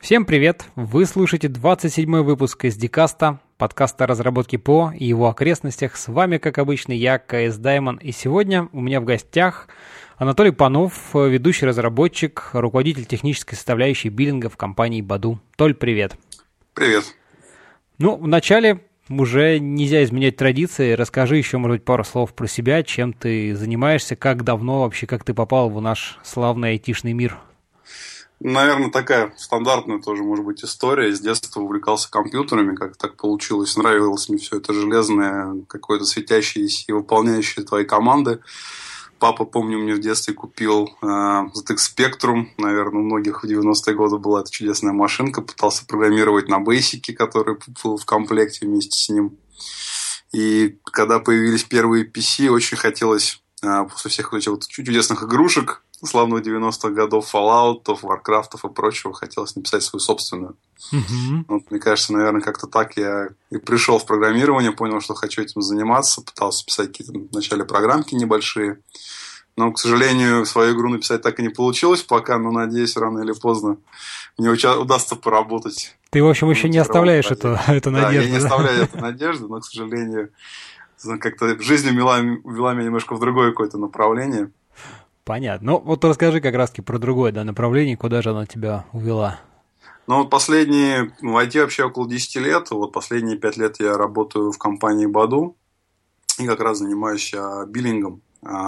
Всем привет! Вы слушаете 27-й выпуск SD-каста, подкаста о разработке ПО и его окрестностях. С вами, как обычно, я, КС Даймон, и сегодня у меня в гостях Анатолий Панов, ведущий разработчик, руководитель технической составляющей биллинга в компании Баду. Толь, привет! Привет! Вначале уже нельзя изменять традиции. Расскажи еще, может быть, пару слов про себя, чем ты занимаешься, как давно вообще, как ты попал в наш славный айтишный мир. Наверное, такая стандартная тоже, может быть, история. С детства увлекался компьютерами, как так получилось. Нравилось мне все это железное, какое-то светящееся и выполняющее твои команды. Папа, помню, мне в детстве купил ZX Spectrum. Наверное, у многих в 90-е годы была эта чудесная машинка. Пытался программировать на Basic, который был в комплекте вместе с ним. И когда появились первые PC, очень хотелось после всех этих вот чудесных игрушек славных 90-х годов, Fallout, Warcraft и прочего, хотелось написать свою собственную. Вот, мне кажется, наверное, как-то так я и пришел в программирование, понял, что хочу этим заниматься, пытался писать какие-то вначале программки небольшие, но, к сожалению, свою игру написать так и не получилось пока, но, надеюсь, рано или поздно мне удастся поработать. Ты, в общем, еще не оставляешь эту надежду. Да, я не оставляю эту надежду, но, к сожалению, как-то жизнь увела меня немножко в другое какое-то направление. Понятно. Ну, вот расскажи как раз-таки про другое направление, куда же она тебя увела. Ну, вот последние, в IT вообще около 10 лет, вот последние 5 лет я работаю в компании Баду и как раз занимаюсь биллингом.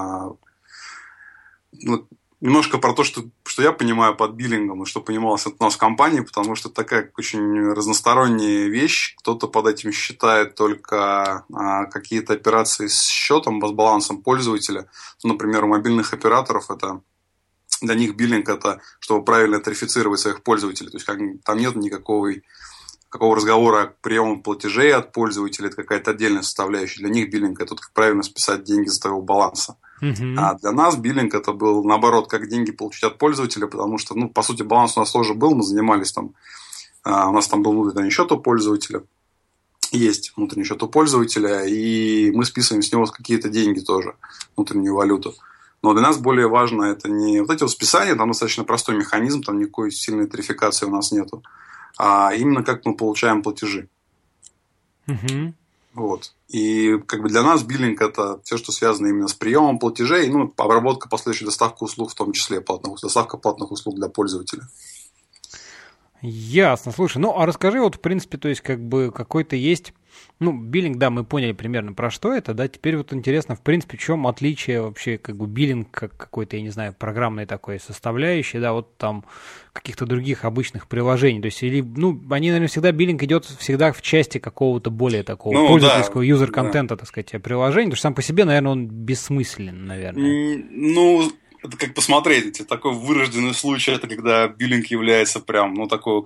Немножко про то, что я понимаю под биллингом и что понималось от нас в компании, потому что это такая очень разносторонняя вещь. Кто-то под этим считает только какие-то операции с счетом, с балансом пользователя. Например, у мобильных операторов это для них биллинг это чтобы правильно тарифицировать своих пользователей. То есть там нет никакого разговора о приеме платежей от пользователя, это какая-то отдельная составляющая. Для них биллинг это как правильно списать деньги с твоего баланса. А для нас биллинг это был наоборот, как деньги получить от пользователя, потому что, по сути, баланс у нас тоже был, мы занимались там, у нас там был внутренний счет у пользователя, есть внутренний счет у пользователя, и мы списываем с него какие-то деньги тоже, внутреннюю валюту. Но для нас более важно это не вот эти вот списания, там достаточно простой механизм, там никакой сильной тарификации у нас нету, а именно как мы получаем платежи. Вот. И для нас биллинг это все, что связано именно с приемом платежей, обработка, последующая доставка услуг, в том числе доставка платных услуг для пользователя. Ясно. Слушай, а расскажи в принципе, то есть какой-то есть, биллинг, да, мы поняли примерно про что это, да, теперь интересно, в принципе, в чем отличие вообще, биллинг как какой-то, я не знаю, программной такой составляющей, да, вот там каких-то других обычных приложений, то есть, или, они, наверное, всегда, биллинг идет всегда в части какого-то более такого пользовательского юзер-контента, так сказать, приложения, потому что сам по себе, наверное, он бессмыслен, наверное. Это как посмотреть, такой вырожденный случай, это когда биллинг является прям, такой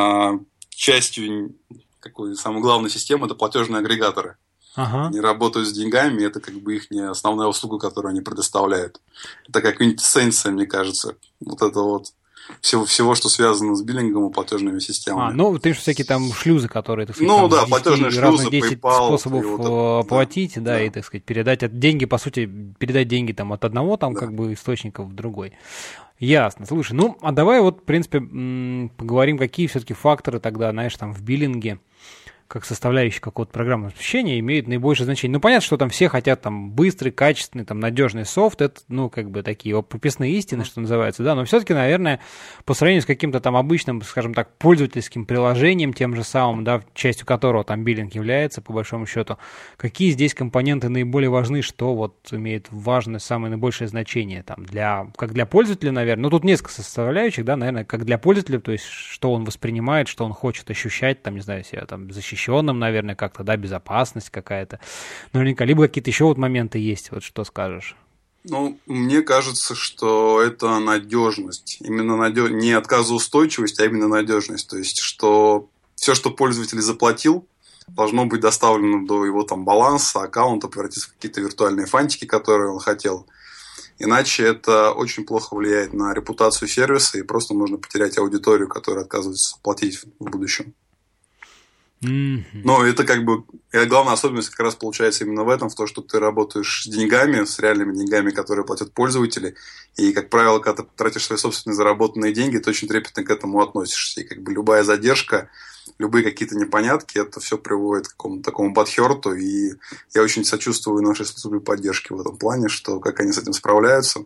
частью какой самой главной системы, это платежные агрегаторы. Они работают с деньгами, это их не основная услуга, которую они предоставляют. Это как квинтэссенция, мне кажется. Вот это вот всего, что связано с биллингом и платежными системами. Ты же всякие там шлюзы, которые, так сказать, да, платежные шлюзы, 10 PayPal, способов оплатить, да, и, так сказать, передать деньги, по сути, передать деньги там от одного источника в другой. Ясно. Слушай, а давай в принципе, поговорим, какие все-таки факторы тогда, знаешь, там в биллинге, как составляющая какого-то программного обеспечения, имеют наибольшее значение. Понятно, что там все хотят там быстрый, качественный, там надежный софт, это, такие прописные истины, что называется, да, но все-таки, наверное, по сравнению с каким-то там обычным, скажем так, пользовательским приложением, тем же самым, да, частью которого там биллинг является, по большому счету, какие здесь компоненты наиболее важны, что имеет важное, самое наибольшее значение там как для пользователя, наверное, тут несколько составляющих, да, наверное, как для пользователя, то есть, что он воспринимает, что он хочет ощущать, там, не знаю, себя там защищенным, наверное, как-то, да, безопасность какая-то. Наверняка, либо какие-то еще моменты есть, что скажешь? Мне кажется, что это надежность. Именно не отказоустойчивость, а именно надежность. То есть, что все, что пользователь заплатил, должно быть доставлено до его там баланса, аккаунта, превратиться в какие-то виртуальные фантики, которые он хотел. Иначе это очень плохо влияет на репутацию сервиса, и просто можно потерять аудиторию, которая отказывается платить в будущем. Но это как бы главная особенность как раз получается именно в этом, в том, что ты работаешь с деньгами, с реальными деньгами, которые платят пользователи. И, как правило, когда ты тратишь свои собственные заработанные деньги, ты очень трепетно к этому относишься. И как бы любая задержка, любые какие-то непонятки, это все приводит к какому-то такому бадхёрту. И я очень сочувствую нашей службе поддержки в этом плане, что как они с этим справляются.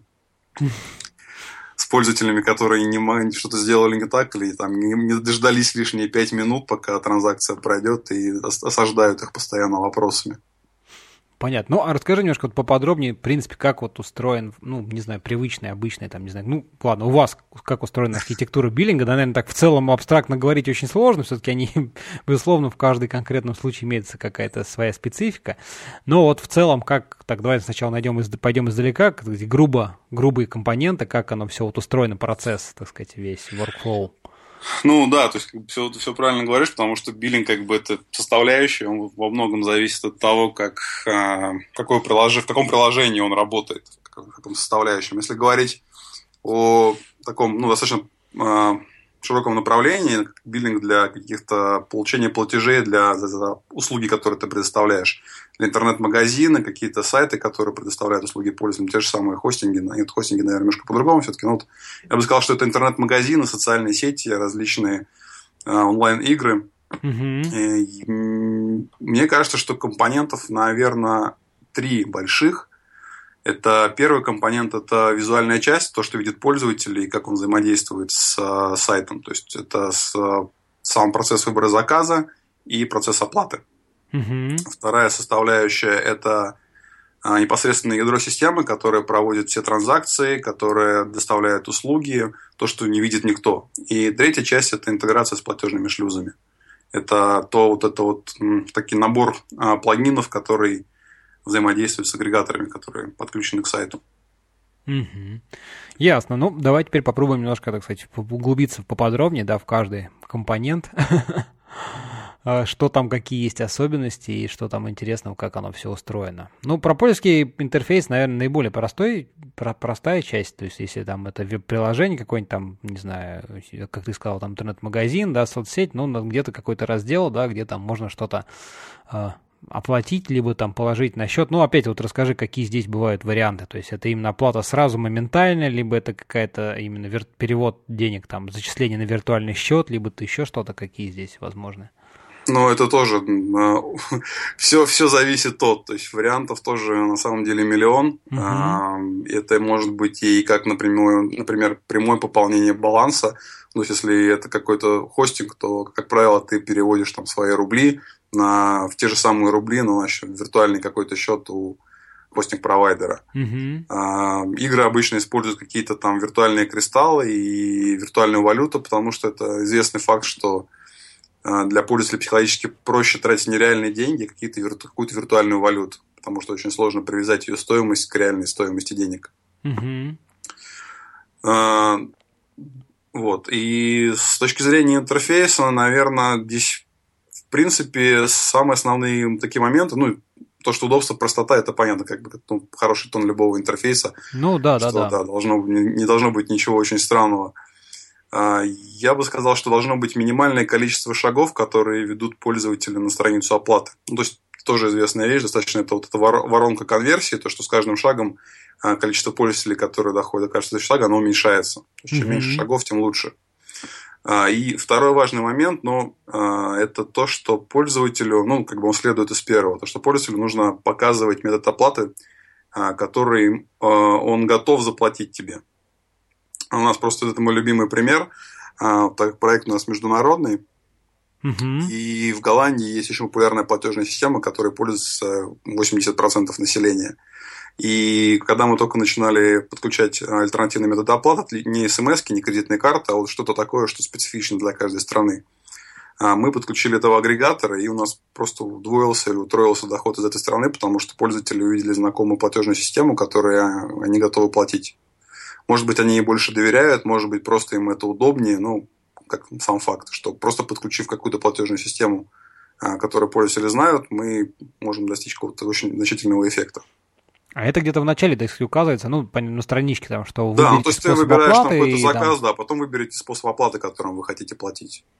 С пользователями, которые что-то сделали не так, или там не дождались лишние 5 минут, пока транзакция пройдет, и осаждают их постоянно вопросами. Понятно. Ну, а расскажи немножко вот поподробнее, в принципе, как вот устроен, ну, не знаю, привычный, обычный, там, не знаю, ну, ладно, у вас как устроена архитектура биллинга, да, наверное, так в целом абстрактно говорить очень сложно, все-таки они, безусловно, в каждом конкретном случае имеется какая-то своя специфика, но вот в целом, как, так, давайте сначала пойдем издалека, грубые компоненты, как оно все вот устроено, процесс, так сказать, весь workflow. Ну да, то есть ты все правильно говоришь, потому что биллинг как бы это составляющая, он во многом зависит от того, в каком приложении он работает, в каком составляющем. Если говорить о таком, ну, достаточно широком направлении, биллинг для каких-то получения платежей за услуги, которые ты предоставляешь, для интернет-магазина, какие-то сайты, которые предоставляют услуги пользователям, те же самые хостинги. Нет, хостинги, наверное, немножко по-другому все-таки. Но вот я бы сказал, что это интернет-магазины, социальные сети, различные онлайн-игры. И мне кажется, что компонентов, наверное, 3 больших. Это первый компонент – это визуальная часть, то, что видит пользователь и как он взаимодействует с сайтом. То есть это сам процесс выбора заказа и процесс оплаты. Вторая составляющая – это непосредственно ядро системы, которое проводит все транзакции, которое доставляет услуги, то, что не видит никто. И третья часть – это интеграция с платежными шлюзами. Это такой набор плагинов, который взаимодействует с агрегаторами, которые подключены к сайту. Ясно. Ну, давай теперь попробуем немножко, так сказать, углубиться поподробнее, да, в каждый компонент. Что там, какие есть особенности и что там интересного, как оно все устроено. Ну, про пользовательский интерфейс, наверное, наиболее простая часть. То есть, если там это веб-приложение какое-нибудь там, не знаю, как ты сказал, там интернет-магазин, да, соцсеть, ну, где-то какой-то раздел, да, где там можно что-то оплатить, либо там положить на счет. Ну, опять вот расскажи, какие здесь бывают варианты. То есть это именно оплата сразу моментально, либо это какая-то именно перевод денег, там, зачисление на виртуальный счет, либо это еще что-то, какие здесь возможны. Ну, это тоже все зависит от, то есть вариантов тоже на самом деле миллион. Это может быть и как, например, прямое пополнение баланса. То есть, если это какой-то хостинг, то, как правило, ты переводишь там свои рубли в те же самые рубли, но на виртуальный какой-то счет у хостинг-провайдера. Игры обычно используют какие-то там виртуальные кристаллы и виртуальную валюту, потому что это известный факт, что для пользователя психологически проще тратить нереальные деньги, какую-то виртуальную валюту, потому что очень сложно привязать ее стоимость к реальной стоимости денег. Вот. И с точки зрения интерфейса, наверное, здесь, в принципе, самые основные такие моменты, ну, то, что удобство, простота, это понятно, как бы хороший тон любого интерфейса. Ну, да. Не должно быть ничего очень странного. Я бы сказал, что должно быть минимальное количество шагов, которые ведут пользователя на страницу оплаты. Ну, то есть, тоже известная вещь, достаточно это вот эта воронка конверсии, то, что с каждым шагом количество пользователей, которые доходят до каждого шага, оно уменьшается. То есть, чем меньше шагов, тем лучше. И второй важный момент, это то, что пользователю, он следует из первого, то, что пользователю нужно показывать метод оплаты, который он готов заплатить тебе. У нас просто это мой любимый пример, так как проект у нас международный, и в Голландии есть очень популярная платежная система, которой пользуется 80% населения. И когда мы только начинали подключать альтернативные методы оплаты, не смс-ки, не кредитные карты, а вот что-то такое, что специфично для каждой страны, мы подключили этого агрегатора, и у нас просто удвоился или утроился доход из этой страны, потому что пользователи увидели знакомую платежную систему, которой они готовы платить. Может быть, они ей больше доверяют, может быть, просто им это удобнее, как сам факт, что просто подключив какую-то платежную систему, которую пользователи знают, мы можем достичь какого-то очень значительного эффекта. А это где-то в начале, так сказать, указывается, на страничке, там, что да, то есть ты выбираешь какой-то заказ, да, потом выберите способ оплаты, которым вы хотите платить.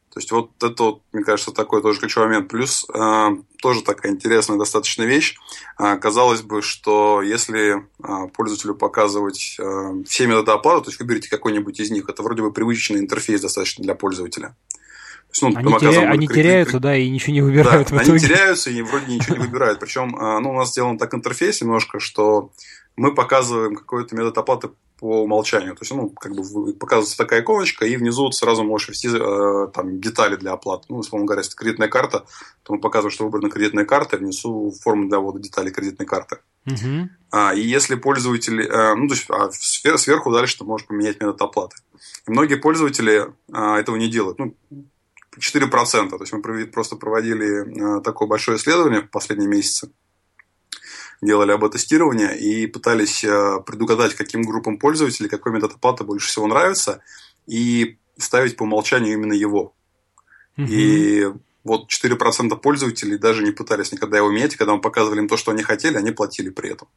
То есть вот это, вот, мне кажется, такой тоже ключевой момент. Плюс тоже такая интересная достаточно вещь. Казалось бы, что если пользователю показывать все методы оплаты, то есть выберите какой-нибудь из них, это вроде бы привычный интерфейс достаточно для пользователя. Ну, они теряются, да, и ничего не выбирают, да, в итоге. Они теряются и вроде ничего не выбирают. Причем у нас сделан так интерфейс немножко, что мы показываем какой-то метод оплаты по умолчанию. То есть, показывается такая иконочка, и внизу сразу можешь ввести там детали для оплаты. Условно говоря, если это кредитная карта, то мы показываем, что выбрана кредитная карта, и внизу форму для ввода деталей кредитной карты. И если пользователь... то есть, сверху дальше ты можешь поменять метод оплаты. И многие пользователи этого не делают. 4%. То есть, мы просто проводили такое большое исследование в последние месяцы. Делали АБ-тестирование и пытались предугадать, каким группам пользователей какой метод оплаты больше всего нравится, и ставить по умолчанию именно его. И вот 4% пользователей даже не пытались никогда его менять, и когда мы показывали им то, что они хотели, они платили при этом.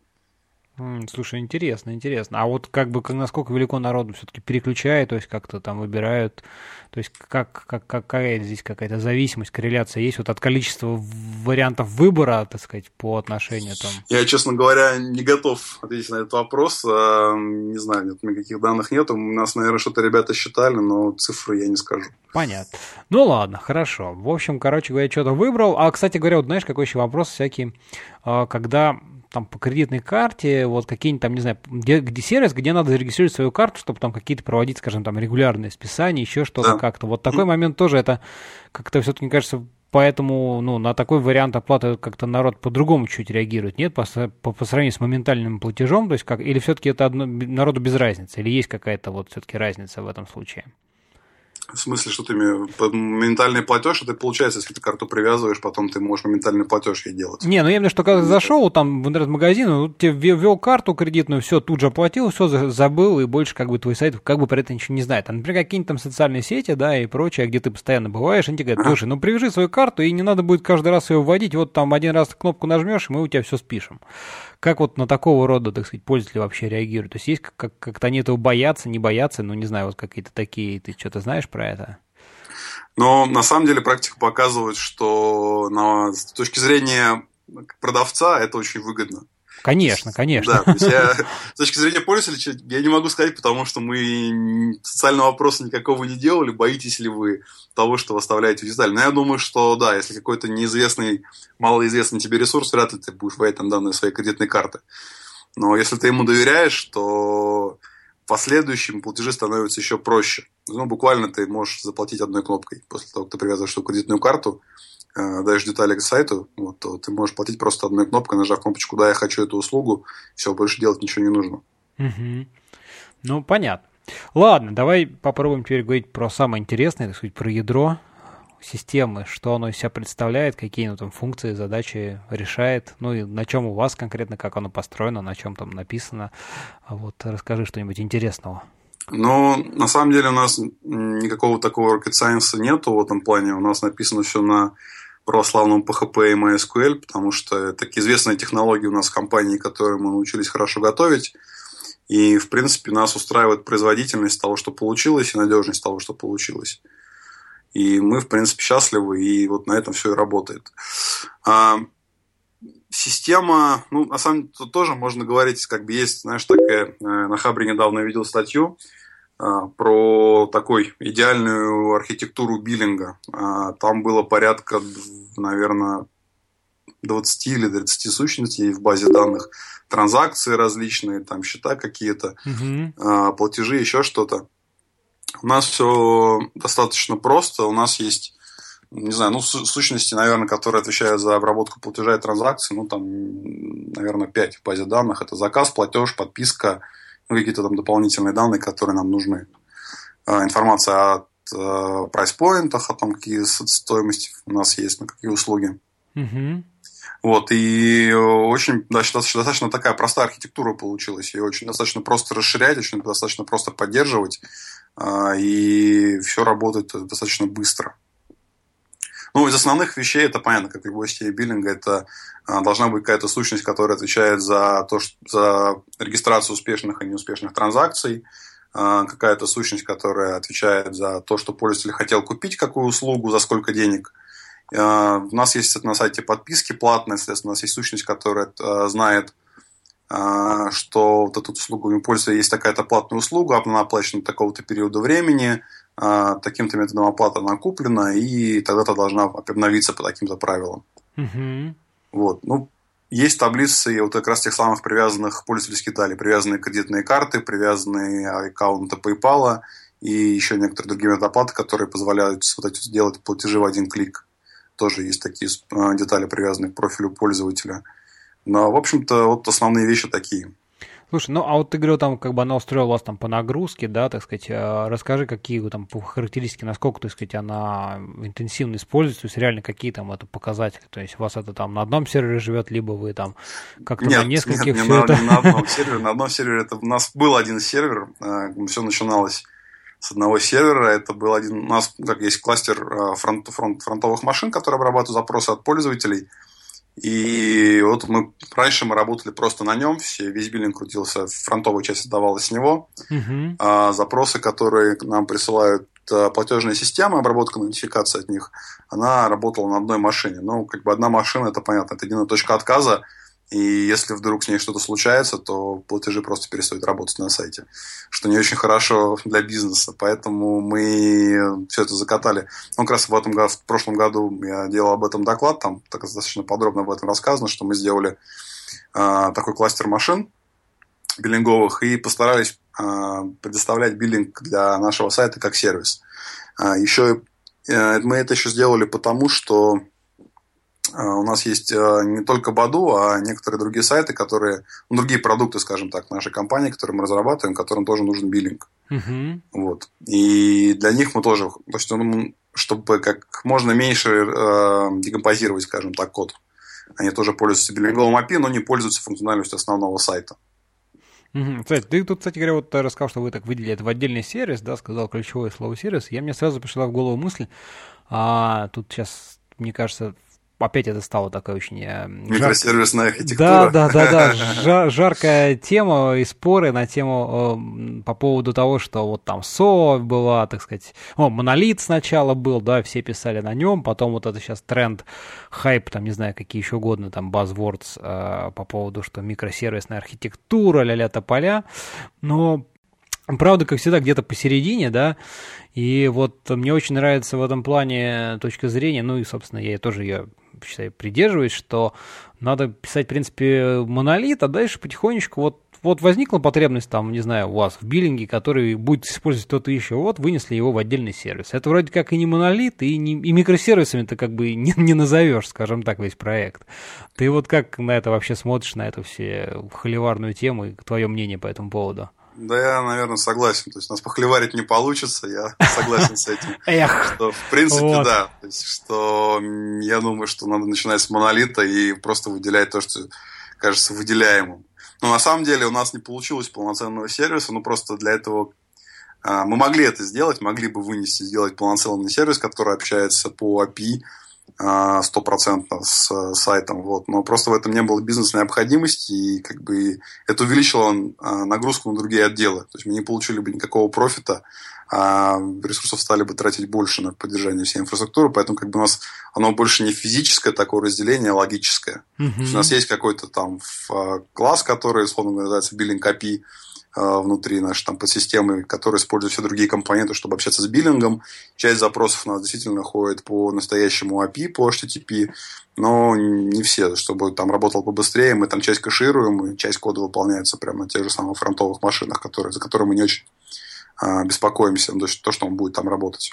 Слушай, интересно. А вот насколько велико народу все-таки переключает, то есть как-то там выбирают, то есть какая здесь какая-то зависимость, корреляция есть вот от количества вариантов выбора, так сказать, по отношению там? Я, честно говоря, не готов ответить на этот вопрос. Не знаю, нет, никаких данных нет. У нас, наверное, что-то ребята считали, но цифры я не скажу. Понятно. Ну ладно, хорошо. В общем, короче говоря, что-то выбрал. А, кстати говоря, вот знаешь, какой еще вопрос всякий, когда... там по кредитной карте, вот какие-нибудь там, не знаю, где сервис, где надо зарегистрировать свою карту, чтобы там какие-то проводить, скажем, там регулярные списания, еще что-то как-то. Вот такой момент тоже это как-то все-таки, мне кажется, поэтому на такой вариант оплаты как-то народ по-другому чуть реагирует, нет, по сравнению с моментальным платежом, то есть или все-таки это народу без разницы, или есть какая-то вот все-таки разница в этом случае? В смысле, что ты моментальный платеж, это получается, если ты карту привязываешь, потом ты можешь моментальный платеж ей делать. Не, я имею в виду, что когда зашел там в интернет-магазин, тебе ввел карту кредитную, все, тут же оплатил, все, забыл, и больше твой сайт про это ничего не знает. А, например, какие-нибудь там социальные сети, да, и прочее, где ты постоянно бываешь, они тебе говорят, слушай, привяжи свою карту, и не надо будет каждый раз ее вводить, вот там один раз кнопку нажмешь, и мы у тебя все спишем. Как вот на такого рода, так сказать, пользователи вообще реагируют? То есть есть как-то они этого боятся, не боятся, не знаю, вот какие-то такие, ты что-то знаешь про это? Но на самом деле практика показывает, что с точки зрения продавца это очень выгодно. Конечно. Да, то есть с точки зрения пользователя я не могу сказать, потому что мы социального вопроса никакого не делали, боитесь ли вы того, что вы оставляете в детали. Но я думаю, что да, если какой-то неизвестный, малоизвестный тебе ресурс, вряд ли ты будешь вводить там данные своей кредитной карты. Но если ты ему доверяешь, то в последующем платежи становятся еще проще. Буквально ты можешь заплатить одной кнопкой после того, как ты привязываешь свою кредитную карту, даешь детали к сайту, то ты можешь платить просто одной кнопкой, нажав кнопочку «Да, я хочу эту услугу», все, больше делать ничего не нужно. Ну, понятно. Ладно, давай попробуем теперь говорить про самое интересное, так сказать, про ядро системы, что оно из себя представляет, какие там функции, задачи решает, и на чем у вас конкретно, как оно построено, на чем там написано. Вот расскажи что-нибудь интересного. На самом деле у нас никакого такого rocket science нету в этом плане. У нас написано все на православном PHP и MySQL, потому что это известные технологии у нас в компании, которые мы научились хорошо готовить. И, в принципе, нас устраивает производительность того, что получилось, и надежность того, что получилось. И мы, в принципе, счастливы, и вот на этом все и работает. Система, на самом деле, тут тоже можно говорить, есть, знаешь, такая, на Хабре недавно видел статью про такой идеальную архитектуру биллинга. Там было порядка, наверное, 20 или 30 сущностей в базе данных, транзакции различные, там счета какие-то, платежи, еще что-то. У нас все достаточно просто. У нас есть, не знаю, сущности, наверное, которые отвечают за обработку платежа и транзакций, наверное, 5 в базе данных. Это заказ, платеж, подписка, какие-то там дополнительные данные, которые нам нужны. Информация о прайс-поинтах, о том, какие стоимости у нас есть, на какие услуги. Вот, и очень достаточно такая простая архитектура получилась. Ее очень достаточно просто расширять, очень достаточно просто поддерживать, и все работает достаточно быстро. Из основных вещей, это понятно, как в любой системе биллинга, это должна быть какая-то сущность, которая отвечает за регистрацию успешных и неуспешных транзакций, какая-то сущность, которая отвечает за то, что пользователь хотел купить какую услугу, за сколько денег. У нас есть на сайте подписки платные, соответственно, у нас есть сущность, которая знает, что вот эту услугу у пользователя есть такая-то платная услуга, она оплачена такого-то периода времени, таким-то методом оплаты она куплена, и тогда-то должна обновиться по таким-то правилам. Вот. Ну, есть таблицы вот как раз тех самых привязанных пользовательских деталей, привязанные кредитные карты, привязанные аккаунты PayPal и еще некоторые другие методы оплаты, которые позволяют вот эти сделать платежи в один клик. Тоже есть такие детали, привязанные к профилю пользователя. Но, в общем-то, вот основные вещи такие. Слушай, ну а вот ты говорил, там, как бы она устроила вас там по нагрузке, да, так сказать, расскажи, какие там по характеристики, насколько, так сказать, она интенсивно используется, то есть реально какие там это показатели, то есть у вас это там на одном сервере живет, либо вы там как-то на нескольких не на одном сервере, на одном сервере, это у нас был один сервер, все начиналось с одного сервера, это был один, у нас как есть кластер фронтовых машин, которые обрабатывают запросы от пользователей. И вот раньше мы работали просто на нем, весь биллинг крутился, фронтовая часть отдавалась с него. А запросы, которые нам присылают платежные системы, обработка нотификации от них, она работала на одной машине. Ну, как бы одна машина, это понятно, это единая точка отказа. И если вдруг с ней что-то случается, то платежи просто перестают работать на сайте, что не очень хорошо для бизнеса. Поэтому мы все это закатали. Ну, как раз в прошлом году я делал об этом доклад, там так достаточно подробно об этом рассказано, что мы сделали такой кластер машин биллинговых и постарались предоставлять биллинг для нашего сайта как сервис. Мы это еще сделали потому, что у нас есть не только Баду, а некоторые другие сайты, другие продукты, скажем так, нашей компании, которые мы разрабатываем, которым тоже нужен биллинг. Вот. И для них мы тоже, то есть, чтобы как можно меньше декомпозировать, скажем так, код. Они тоже пользуются биллинговым API, но не пользуются функциональностью основного сайта. Кстати, ты тут, кстати говоря, вот рассказал, что вы так выделили это в отдельный сервис, да, сказал ключевое слово сервис. Мне сразу пришла в голову мысль, тут сейчас, мне кажется, опять это стало такая очень... Микросервисная архитектура. Да, жаркая тема и споры на тему по поводу того, что вот там SOA была, так сказать... монолит сначала был, да, все писали на нем, потом вот это сейчас тренд, хайп, там, не знаю, какие еще угодно, там, buzzwords по поводу, что микросервисная архитектура, ля-ля тополя, но... Правда, как всегда, где-то посередине, да, и вот мне очень нравится в этом плане точка зрения, ну и, собственно, я тоже ее, считаю, придерживаюсь, что надо писать, в принципе, монолит, а дальше потихонечку вот возникла потребность, там, не знаю, у вас в биллинге, который будет использовать кто-то еще, вот вынесли его в отдельный сервис. Это вроде как и не монолит, и микросервисами-то как бы не назовешь, скажем так, весь проект. Ты вот как на это вообще смотришь, на эту все холиварную тему, и твое мнение по этому поводу? Да, я, наверное, согласен. То есть, нас похлеварить не получится, я согласен с этим. Что, в принципе, да. То есть, что я думаю, что надо начинать с монолита и просто выделять то, что кажется выделяемым. Но на самом деле у нас не получилось полноценного сервиса, но просто для этого мы могли это сделать, могли бы сделать полноценный сервис, который общается по API 100% с сайтом, вот. Но просто в этом не было бизнес-необходимости, и как бы это увеличило нагрузку на другие отделы. То есть мы не получили бы никакого профита, а ресурсов стали бы тратить больше на поддержание всей инфраструктуры, поэтому как бы у нас оно больше не физическое такое разделение, а логическое. То есть у нас есть какой-то там класс, который, условно называется Billing API, внутри нашей там подсистемы, которые используют все другие компоненты, чтобы общаться с биллингом. Часть запросов у нас действительно ходит по настоящему API, по HTTP, но не все, чтобы там работал побыстрее. Мы там часть кэшируем, и часть кода выполняется прямо на тех же самых фронтовых машинах, за которые мы не очень беспокоимся, то, что он будет там работать.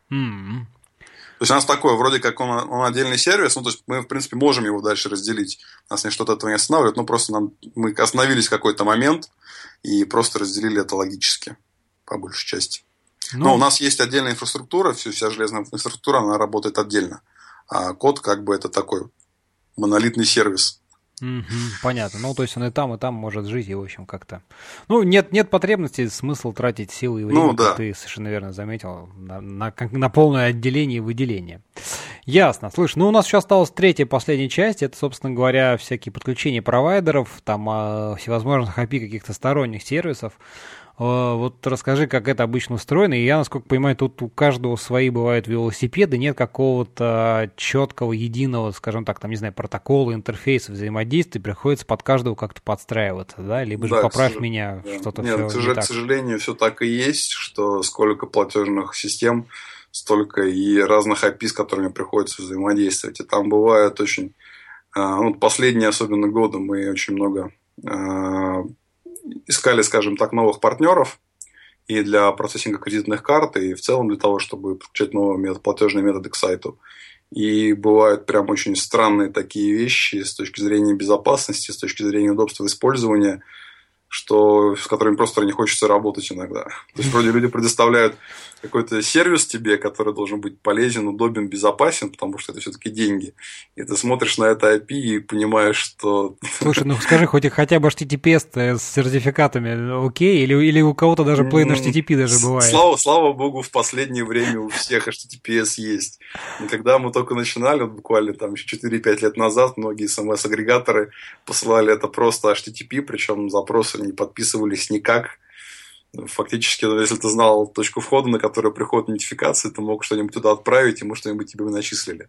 То есть у нас такое, вроде как он отдельный сервис, ну, то есть мы, в принципе, можем его дальше разделить. Нас ничто от этого не останавливает, но просто мы остановились в какой-то момент и просто разделили это логически, по большей части. Но у нас есть отдельная инфраструктура, вся железная инфраструктура, она работает отдельно. А код, как бы, это такой монолитный сервис. Понятно. Ну, то есть он и там может жить, и, в общем, как-то... Ну, нет потребности, смысл тратить силы и время, как ты совершенно верно заметил, на полное отделение и выделение. Ясно. Слушай, ну, у нас еще осталась третья, последняя часть. Это, собственно говоря, всякие подключения провайдеров, там, всевозможных API каких-то сторонних сервисов. Вот расскажи, как это обычно устроено. И я, насколько понимаю, тут у каждого свои бывают велосипеды, нет какого-то четкого, единого, скажем так, там, не знаю, протокола, интерфейса взаимодействия, приходится под каждого как-то подстраиваться, да? Либо же поправь меня, что-то нет, все не так. К сожалению, все так и есть, что сколько платежных систем, столько и разных API, с которыми приходится взаимодействовать. И там бывает очень... последние, особенно годы, мы очень много искали, скажем так, новых партнеров и для процессинга кредитных карт, и в целом для того, чтобы подключать новые платежные методы к сайту. И бывают прям очень странные такие вещи с точки зрения безопасности, с точки зрения удобства использования, с которыми просто не хочется работать иногда. То есть, вроде люди предоставляют какой-то сервис тебе, который должен быть полезен, удобен, безопасен, потому что это все-таки деньги. И ты смотришь на это API и понимаешь, что... Слушай, ну скажи, хотя бы HTTPS с сертификатами окей? Или у кого-то даже plain HTTP даже бывает? Слава богу, в последнее время у всех HTTPS есть. И когда мы только начинали, буквально там еще 4-5 лет назад, многие SMS-агрегаторы посылали это просто HTTP, причем запросы не подписывались никак. Фактически, если ты знал точку входа, на которую приходит нотификация, ты мог что-нибудь туда отправить, и мы что-нибудь тебе начислили.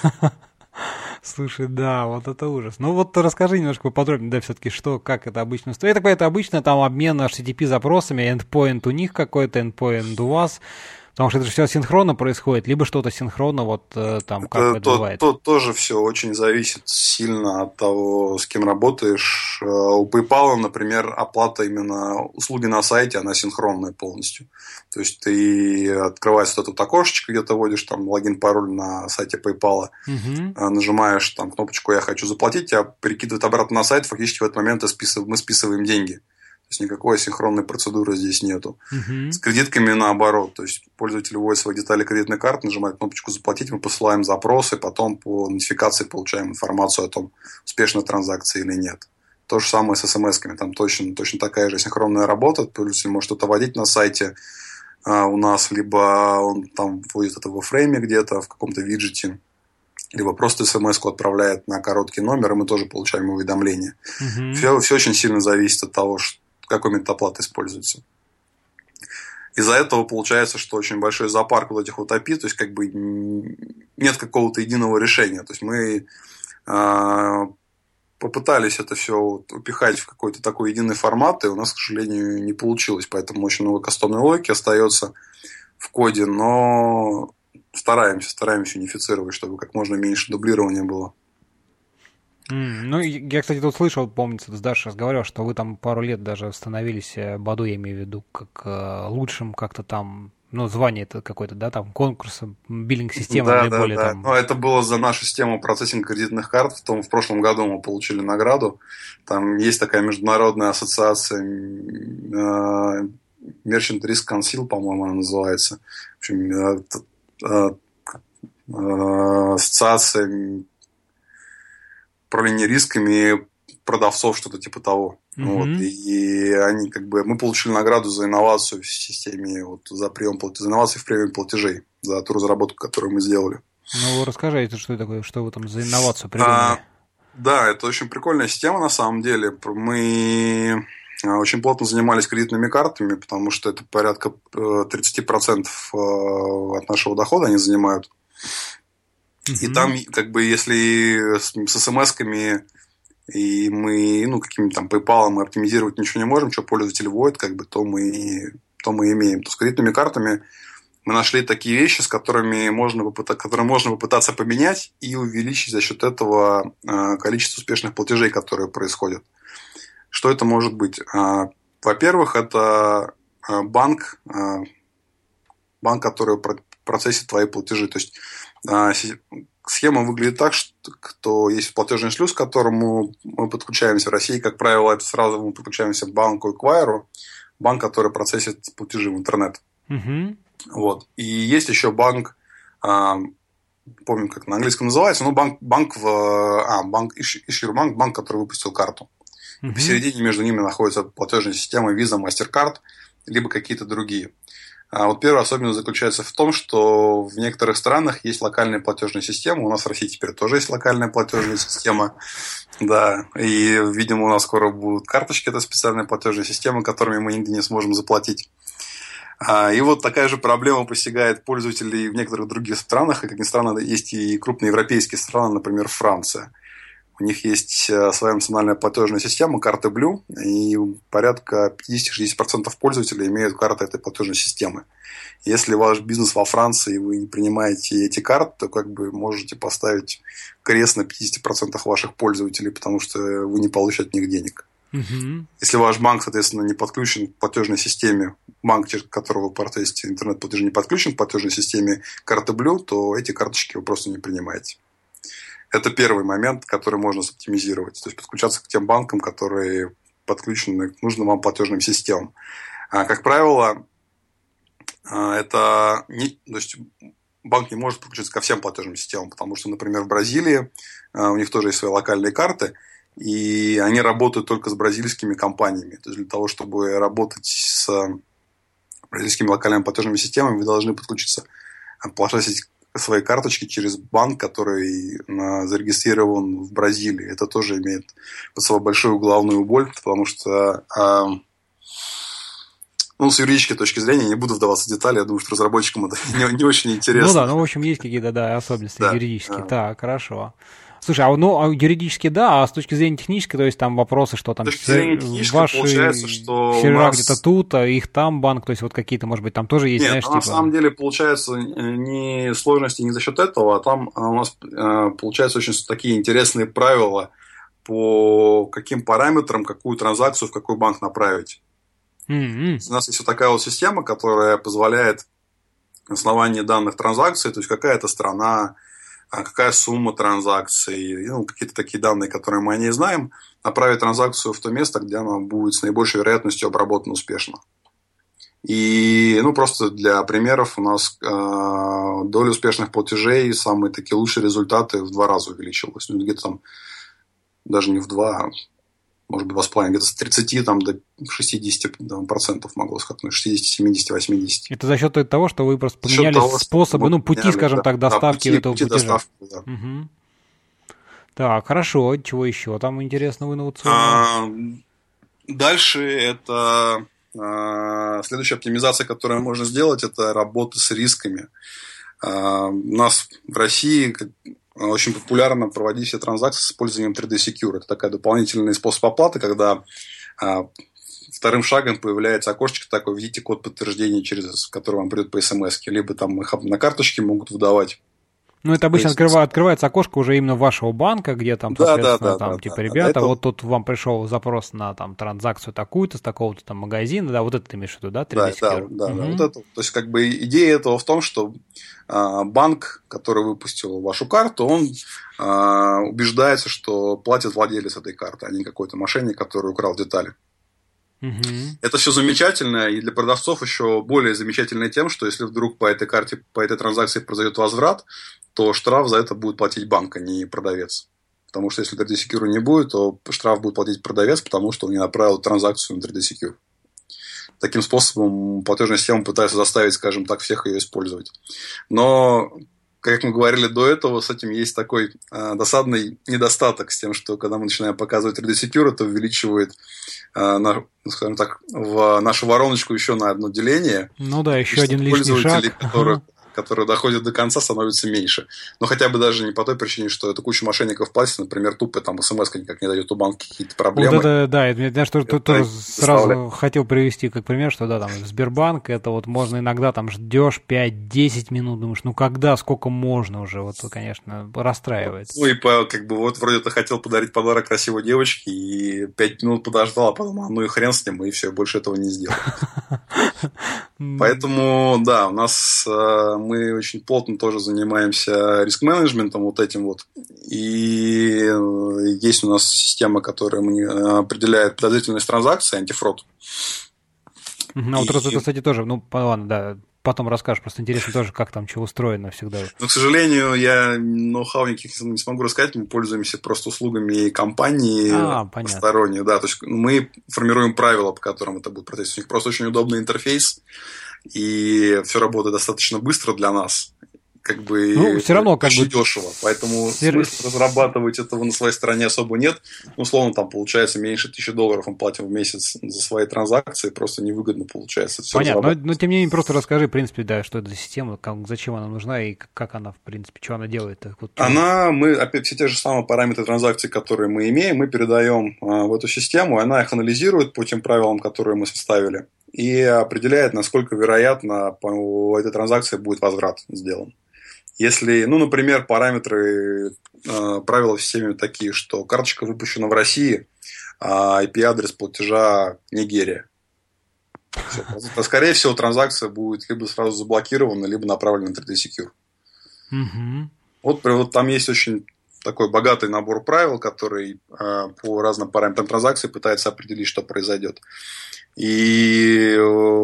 Слушай, да, вот это ужас. Ну вот расскажи немножко поподробнее, да, все-таки, как это обычно стоит. Это обычно там обмен HTTP запросами, endpoint у них какой-то, endpoint у вас. Потому что это же все синхронно происходит, либо что-то синхронно, вот там как это бывает. Тоже все очень зависит сильно от того, с кем работаешь. У PayPal, например, оплата именно услуги на сайте, она синхронная полностью. То есть ты открываешь вот это окошечко, где ты вводишь там логин, пароль на сайте PayPal, нажимаешь там кнопочку «Я хочу заплатить», тебя перекидывает обратно на сайт, фактически в этот момент мы списываем деньги. То есть никакой синхронной процедуры здесь нету. С кредитками наоборот. То есть пользователь вводит свои детали кредитной карты, нажимает кнопочку «Заплатить», мы посылаем запрос, и потом по нотификации получаем информацию о том, успешная транзакция или нет. То же самое с смс-ками. Там точно такая же синхронная работа. Пользователь может что-то вводить на сайте у нас, либо он там вводит это во фрейме где-то, в каком-то виджете, либо просто смс-ку отправляет на короткий номер, и мы тоже получаем уведомления. Все очень сильно зависит от того, какой метод оплаты используется. Из-за этого получается, что очень большой зоопарк вот этих вот API, то есть как бы нет какого-то единого решения. То есть мы попытались это все упихать в какой-то такой единый формат, и у нас, к сожалению, не получилось. Поэтому очень много кастомной логики остается в коде, но стараемся унифицировать, чтобы как можно меньше дублирования было. Ну, я, кстати, тут слышал, помнится, ты с Дашей разговаривал, что вы там пару лет даже становились, Баду, я имею в виду, как лучшим как-то там, ну, звание это какое-то, да, там, конкурсом, биллинг-система, да, наиболее да. там... Ну, это было за нашу систему процессинга кредитных карт, в прошлом году мы получили награду, там есть такая международная ассоциация, Merchant Risk Council, по-моему, она называется, в общем, ассоциация управления рисками продавцов, что-то типа того. Вот. И они мы получили награду за инновацию в системе, за прием за инновации в приеме платежей, за ту разработку, которую мы сделали. Ну, расскажи, это что такое, что вы там за инновацию придумали? Да, это очень прикольная система на самом деле. Мы очень плотно занимались кредитными картами, потому что это порядка 30% от нашего дохода они занимают. И там, если с смс-ками и мы, каким-то там PayPal мы оптимизировать ничего не можем, что пользователь вводит, то мы имеем. То с кредитными картами мы нашли такие вещи, которые можно попытаться поменять и увеличить за счет этого количество успешных платежей, которые происходят. Что это может быть? Во-первых, это банк, который процессит твои платежи. То есть схема выглядит так, что есть платежный шлюз, к которому мы подключаемся. В России, как правило, это сразу мы подключаемся к банку Эквайру, банк, который процессит платежи в интернет. Вот. И есть еще банк, помню, как на английском называется, но банк Issue Bank, банк, который выпустил карту. Посередине между ними находится платежная система Visa, MasterCard, либо какие-то другие. Вот первая особенность заключается в том, что в некоторых странах есть локальные платежные системы. У нас в России теперь тоже есть локальная платежная система. Да, и, видимо, у нас скоро будут карточки, это специальная платежная система, которыми мы нигде не сможем заплатить. И вот такая же проблема постигает пользователей в некоторых других странах. И, как ни странно, есть и крупные европейские страны, например, Франция. У них есть своя национальная платежная система, карты Blue, и порядка 50-60% пользователей имеют карты этой платежной системы. Если ваш бизнес во Франции, и вы не принимаете эти карты, то как бы можете поставить крест на 50% ваших пользователей, потому что вы не получаете от них денег. Угу. Если ваш банк, соответственно, не подключен к платежной системе, банк, через которого вы протестите интернет-платежи, не подключен к платежной системе карты Blue, то эти карточки вы просто не принимаете. Это первый момент, который можно оптимизировать. То есть подключаться к тем банкам, которые подключены к нужным вам платежным системам. Как правило, это не, то есть банк не может подключиться ко всем платежным системам, потому что, например, в Бразилии у них тоже есть свои локальные карты, и они работают только с бразильскими компаниями. То есть для того, чтобы работать с бразильскими локальными платежными системами, вы должны подключиться, положить свои карточки через банк, который зарегистрирован в Бразилии. Это тоже имеет под собой большую головную боль, потому что с юридической точки зрения, не буду вдаваться в детали, я думаю, что разработчикам это не очень интересно. В общем, есть какие-то особенности юридические. Так, хорошо. Слушай, юридически да, а с точки зрения технической, то есть там вопросы, что там ваши получается, что сервера где-то тут, а их там банк, то есть вот какие-то, может быть, там тоже есть, Нет, на самом деле получается не сложности не за счет этого, а там у нас получаются очень такие интересные правила, по каким параметрам какую транзакцию в какой банк направить. Mm-hmm. У нас есть вот такая вот система, которая позволяет на основании данных транзакций, то есть какая-то страна, какая сумма транзакций, какие-то такие данные, которые мы о ней знаем, направить транзакцию в то место, где она будет с наибольшей вероятностью обработана успешно. И, просто для примеров, у нас доля успешных платежей, самые такие лучшие результаты в 2 раза увеличилась. Где-то там, даже не в 2, может быть, 2,5, где-то с 30 до 60% могло скакнуть, 60, 70, 80. Это за счет того, что вы просто поменяли способы, пути, скажем так, доставки этого платежа. Доставки, да. Угу. Так, хорошо. Чего еще там интересного инновационного? Дальше это следующая оптимизация, которую можно сделать, это работа с рисками. У нас в России очень популярно проводить все транзакции с использованием 3D Secure. Это такой дополнительный способ оплаты, когда вторым шагом появляется окошечко такое, введите код подтверждения, через который вам придет по смс. Либо там их на карточке могут выдавать. Это обычно открывается окошко уже именно вашего банка, где там, соответственно, ребята, вот тут вам пришел запрос на там транзакцию такую-то, с такого-то там магазина, да, вот это ты имеешь в виду, да, 3D Secure? Да, вот это. То есть, идея этого в том, что банк, который выпустил вашу карту, он убеждается, что платит владелец этой карты, а не какой-то мошенник, который украл детали. Это все замечательно, и для продавцов еще более замечательно тем, что если вдруг по этой карте, по этой транзакции произойдет возврат, то штраф за это будет платить банк, а не продавец. Потому что если 3D Secure не будет, то штраф будет платить продавец, потому что он не направил транзакцию на 3D Secure. Таким способом платежная система пытается заставить, скажем так, всех ее использовать. Но, как мы говорили до этого, с этим есть такой досадный недостаток с тем, что когда мы начинаем показывать 3D Secure, это увеличивает, скажем так, в нашу вороночку еще на одно деление. Еще один лишний шаг. Которые доходят до конца, становится меньше. Но хотя бы даже не по той причине, что это куча мошенников платит, например, тупо там смс никак не дает у банка какие-то проблемы. Я тоже сразу хотел привести как пример, что там Сбербанк, это вот можно иногда там ждешь 5-10 минут, думаешь, когда, сколько можно уже, вот, конечно, расстраивает. И вот вроде ты хотел подарить подарок красивой девочке, и 5 минут подождал, а потом, и хрен с ним, и все, больше этого не сделал. Поэтому, да, у нас мы очень плотно тоже занимаемся риск-менеджментом вот этим вот. И есть у нас система, которая определяет подозрительность транзакции, антифрод. Вот это, кстати, тоже, ладно, да, потом расскажешь, просто интересно тоже, как там чего устроено всегда. К сожалению, я ноу-хау никаких не смогу рассказать, мы пользуемся просто услугами компании посторонней. Да, то есть мы формируем правила, по которым это будет процесс. У них просто очень удобный интерфейс, и все работает достаточно быстро для нас. Как бы ну, все равно как очень бы дешево. Поэтому смысла разрабатывать этого на своей стороне особо нет. Ну, условно, там получается меньше $1000 мы платим в месяц за свои транзакции, просто невыгодно получается. Понятно, но тем не менее просто расскажи, в принципе, да, что это за система, зачем она нужна и как она, в принципе, что она делает. Вот, мы, опять, все те же самые параметры транзакций, которые мы имеем, мы передаем в эту систему, и она их анализирует по тем правилам, которые мы составили, и определяет, насколько вероятно по этой транзакции будет возврат сделан. Если, ну, например, параметры, правила в системе такие, что карточка выпущена в России, а IP-адрес платежа Нигерия. То, скорее всего, транзакция будет либо сразу заблокирована, либо направлена на 3D Secure. Угу. Вот там есть очень такой богатый набор правил, который по разным параметрам транзакции пытается определить, что произойдет. И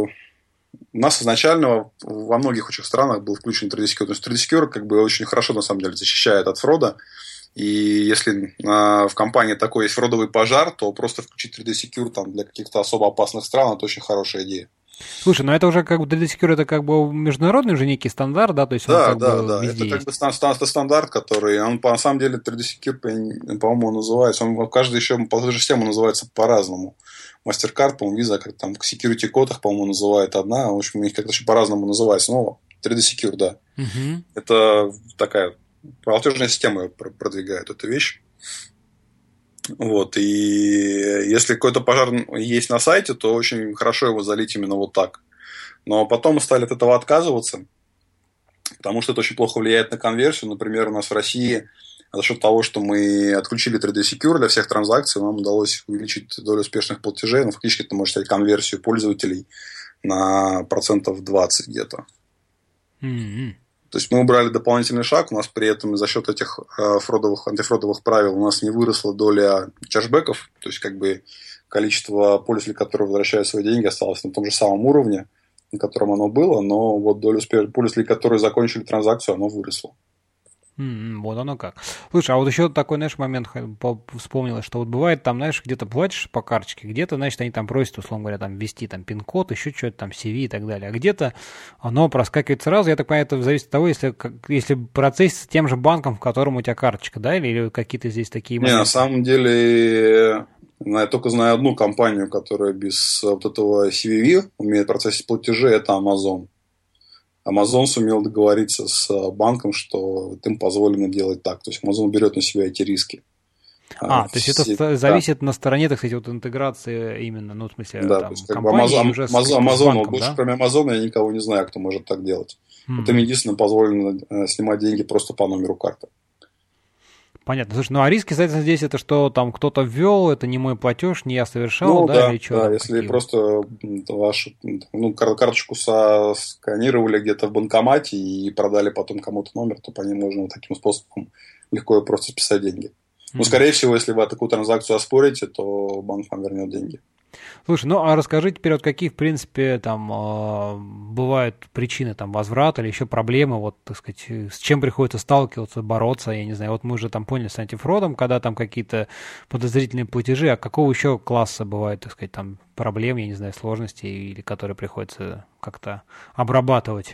у нас изначально во многих очень странах был включен 3D Secure. То есть 3D Secure как бы очень хорошо на самом деле защищает от фрода. И если в компании такой есть фродовый пожар, то просто включить 3D Secure там, для каких-то особо опасных стран – это очень хорошая идея. Слушай, ну это уже как бы 3D Secure, это как бы международный уже некий стандарт, да? То есть он да, как да, бы да. везде Это есть. как бы стандарт, который, он на самом деле 3D Secure, по-моему, называется, он каждый еще платежная система называется по-разному. MasterCard, по-моему, Visa, как там в security кодах, по-моему, называет одна, в общем, у них как-то еще по-разному называется, но 3D Secure, да. Угу. Это такая платежная система продвигает эту вещь. Вот, и если какой-то пожар есть на сайте, то очень хорошо его залить именно вот так. Но потом мы стали от этого отказываться, потому что это очень плохо влияет на конверсию. Например, у нас в России за счет того, что мы отключили 3D Secure для всех транзакций, нам удалось увеличить долю успешных платежей, но фактически это может снять конверсию пользователей на 20% где-то. Mm-hmm. То есть мы убрали дополнительный шаг, у нас при этом за счет этих антифродовых правил у нас не выросла доля чешбеков, то есть как бы количество пользователей, которые возвращают свои деньги, осталось на том же самом уровне, на котором оно было, но вот доля пользователей, которые закончили транзакцию, оно выросло. Вот оно как. Слушай, а вот еще такой, знаешь, момент вспомнилось, что вот бывает там, знаешь, где-то платишь по карточке, где-то, значит, они там просят, условно говоря, там ввести там пин-код, еще что-то там, CV и так далее, а где-то оно проскакивает сразу, я так понимаю, это зависит от того, если процесс с тем же банком, в котором у тебя карточка, да, или какие-то здесь такие моменты? Не, на самом деле, я только знаю одну компанию, которая без вот этого CVV умеет процессить платежи, это Amazon. Amazon сумел договориться с банком, что им позволено делать так. То есть Amazon берет на себя эти риски. То есть это зависит на стороне, так сказать, от интеграции именно, ну, в смысле, да, там, то есть, как компании бы уже Amazon, банком, больше да? кроме Amazon я никого не знаю, кто может так делать. Вот им единственное позволено снимать деньги просто по номеру карты. Понятно. Слушай, ну а риски, соответственно, здесь это что там кто-то ввел, это не мой платеж, не я совершал, да, или что? Да, если просто вашу карточку сканировали где-то в банкомате и продали потом кому-то номер, то по ним можно вот таким способом легко и просто списать деньги. Но, скорее всего, если вы такую транзакцию оспорите, то банк вам вернет деньги. Слушай, ну а расскажи теперь, вот какие, в принципе, там бывают причины там возврата или еще проблемы, вот, так сказать, с чем приходится сталкиваться, бороться, я не знаю, вот мы уже там поняли с антифродом, когда там какие-то подозрительные платежи, а какого еще класса бывает, так сказать, там проблем, я не знаю, сложностей, или которые приходится как-то обрабатывать?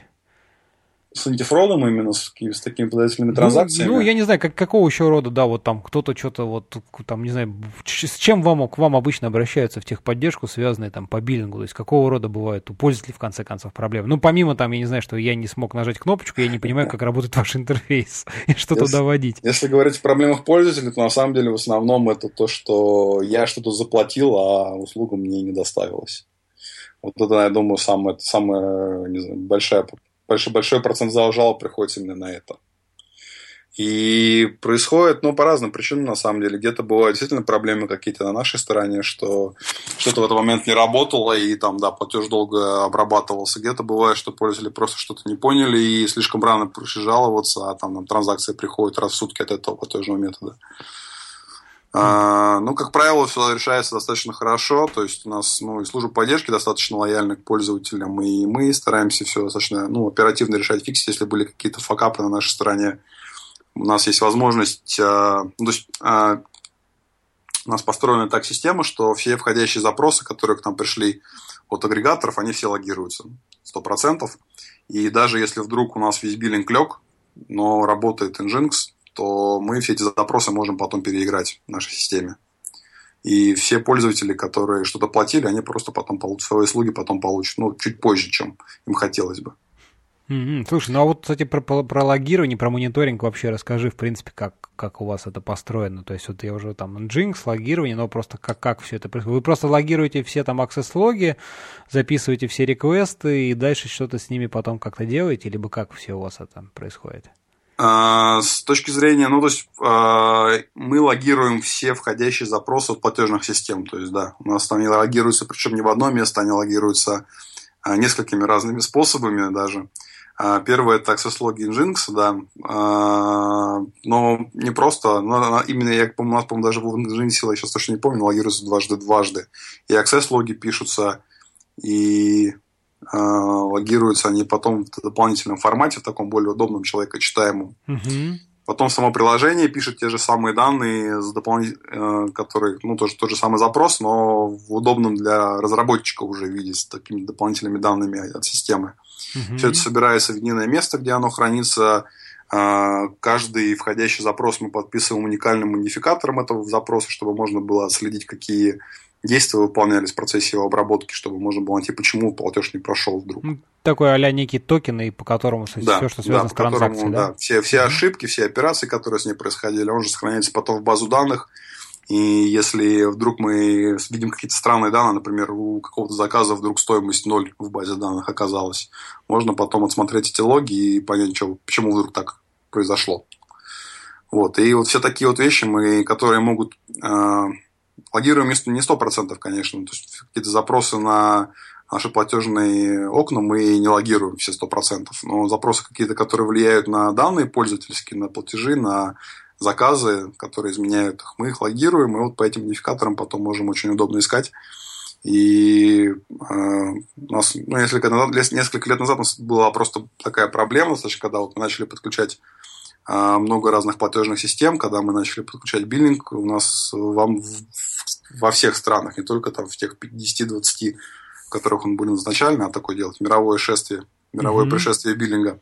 С антифродом именно, с такими подозрительными транзакциями? Ну, я не знаю, какого еще рода, да, вот там кто-то что-то вот, там, не знаю, с чем к вам обычно обращаются в техподдержку, связанные там по биллингу, то есть какого рода бывают у пользователей, в конце концов, проблемы? Ну, помимо там, я не знаю, что я не смог нажать кнопочку, я не понимаю, как работает ваш интерфейс и что туда вводить. Если говорить о проблемах пользователей, то на самом деле в основном это то, что я что-то заплатил, а услуга мне не доставилась. Вот это, я думаю, самая не знаю, большой процент жалоб приходится именно на это. И происходит, по разным причинам, на самом деле. Где-то бывают действительно проблемы какие-то на нашей стороне, что что-то в этот момент не работало, и там, да, платеж долго обрабатывался. Где-то бывает, что пользователи просто что-то не поняли, и слишком рано пришли жаловаться, а там нам транзакции приходят раз в сутки от этого платежного метода. Как правило, все решается достаточно хорошо. То есть у нас и служба поддержки достаточно лояльна к пользователям, и мы стараемся все достаточно оперативно решать, фиксить, если были какие-то факапы на нашей стороне. У нас есть возможность, у нас построена так система, что все входящие запросы, которые к нам пришли от агрегаторов, они все логируются. 100%. И даже если вдруг у нас весь биллинг лег, но работает Nginx, то мы все эти запросы можем потом переиграть в нашей системе. И все пользователи, которые что-то платили, они просто потом получат свои услуги, потом получат, чуть позже, чем им хотелось бы. Слушай, ну а вот, кстати, про логирование, про мониторинг вообще расскажи, в принципе, как у вас это построено. То есть вот я уже там Nginx, логирование, но просто как все это происходит. Вы просто логируете все там access-логи, записываете все реквесты и дальше что-то с ними потом как-то делаете, либо как все у вас это происходит? С точки зрения, то есть мы логируем все входящие запросы от платежных систем. То есть, да, у нас там они логируются, причем не в одно место, они логируются несколькими разными способами даже. Первое – это access-логи Nginx, да, но не просто, но именно, у нас, по-моему, даже в Nginx, я сейчас точно не помню, логируются дважды. И access-логи пишутся, и логируются они потом в дополнительном формате, в таком более удобном, человекочитаемом. Потом само приложение пишет те же самые данные, которые, тот же самый запрос, но в удобном для разработчика уже виде с такими дополнительными данными от системы. Все это собирается в единое место, где оно хранится. Каждый входящий запрос мы подписываем уникальным модификатором этого запроса, чтобы можно было отследить, какие действия выполнялись в процессе его обработки, чтобы можно было найти, почему платеж не прошел вдруг. Такой а-ля некий токен, и по которому все, что связано с транзакцией. Да, все ошибки, все операции, которые с ней происходили, он же сохраняется потом в базу данных. И если вдруг мы видим какие-то странные данные, например, у какого-то заказа вдруг стоимость 0 в базе данных оказалась, можно потом отсмотреть эти логи и понять, почему вдруг так произошло. Вот. И вот все такие вот вещи, которые могут... логируем не 100%, конечно. То есть какие-то запросы на наши платежные окна мы не логируем все 100%. Но запросы какие-то, которые влияют на данные пользовательские, на платежи, на заказы, которые изменяют их, мы их логируем, и вот по этим модификаторам потом можем очень удобно искать. И у нас, несколько лет назад у нас была просто такая проблема, когда вот мы начали подключать много разных платежных систем, когда мы начали подключать биллинг, у нас во всех странах, не только там в тех 10-20, в которых он был изначально, а такое делать мировое пришествие биллинга.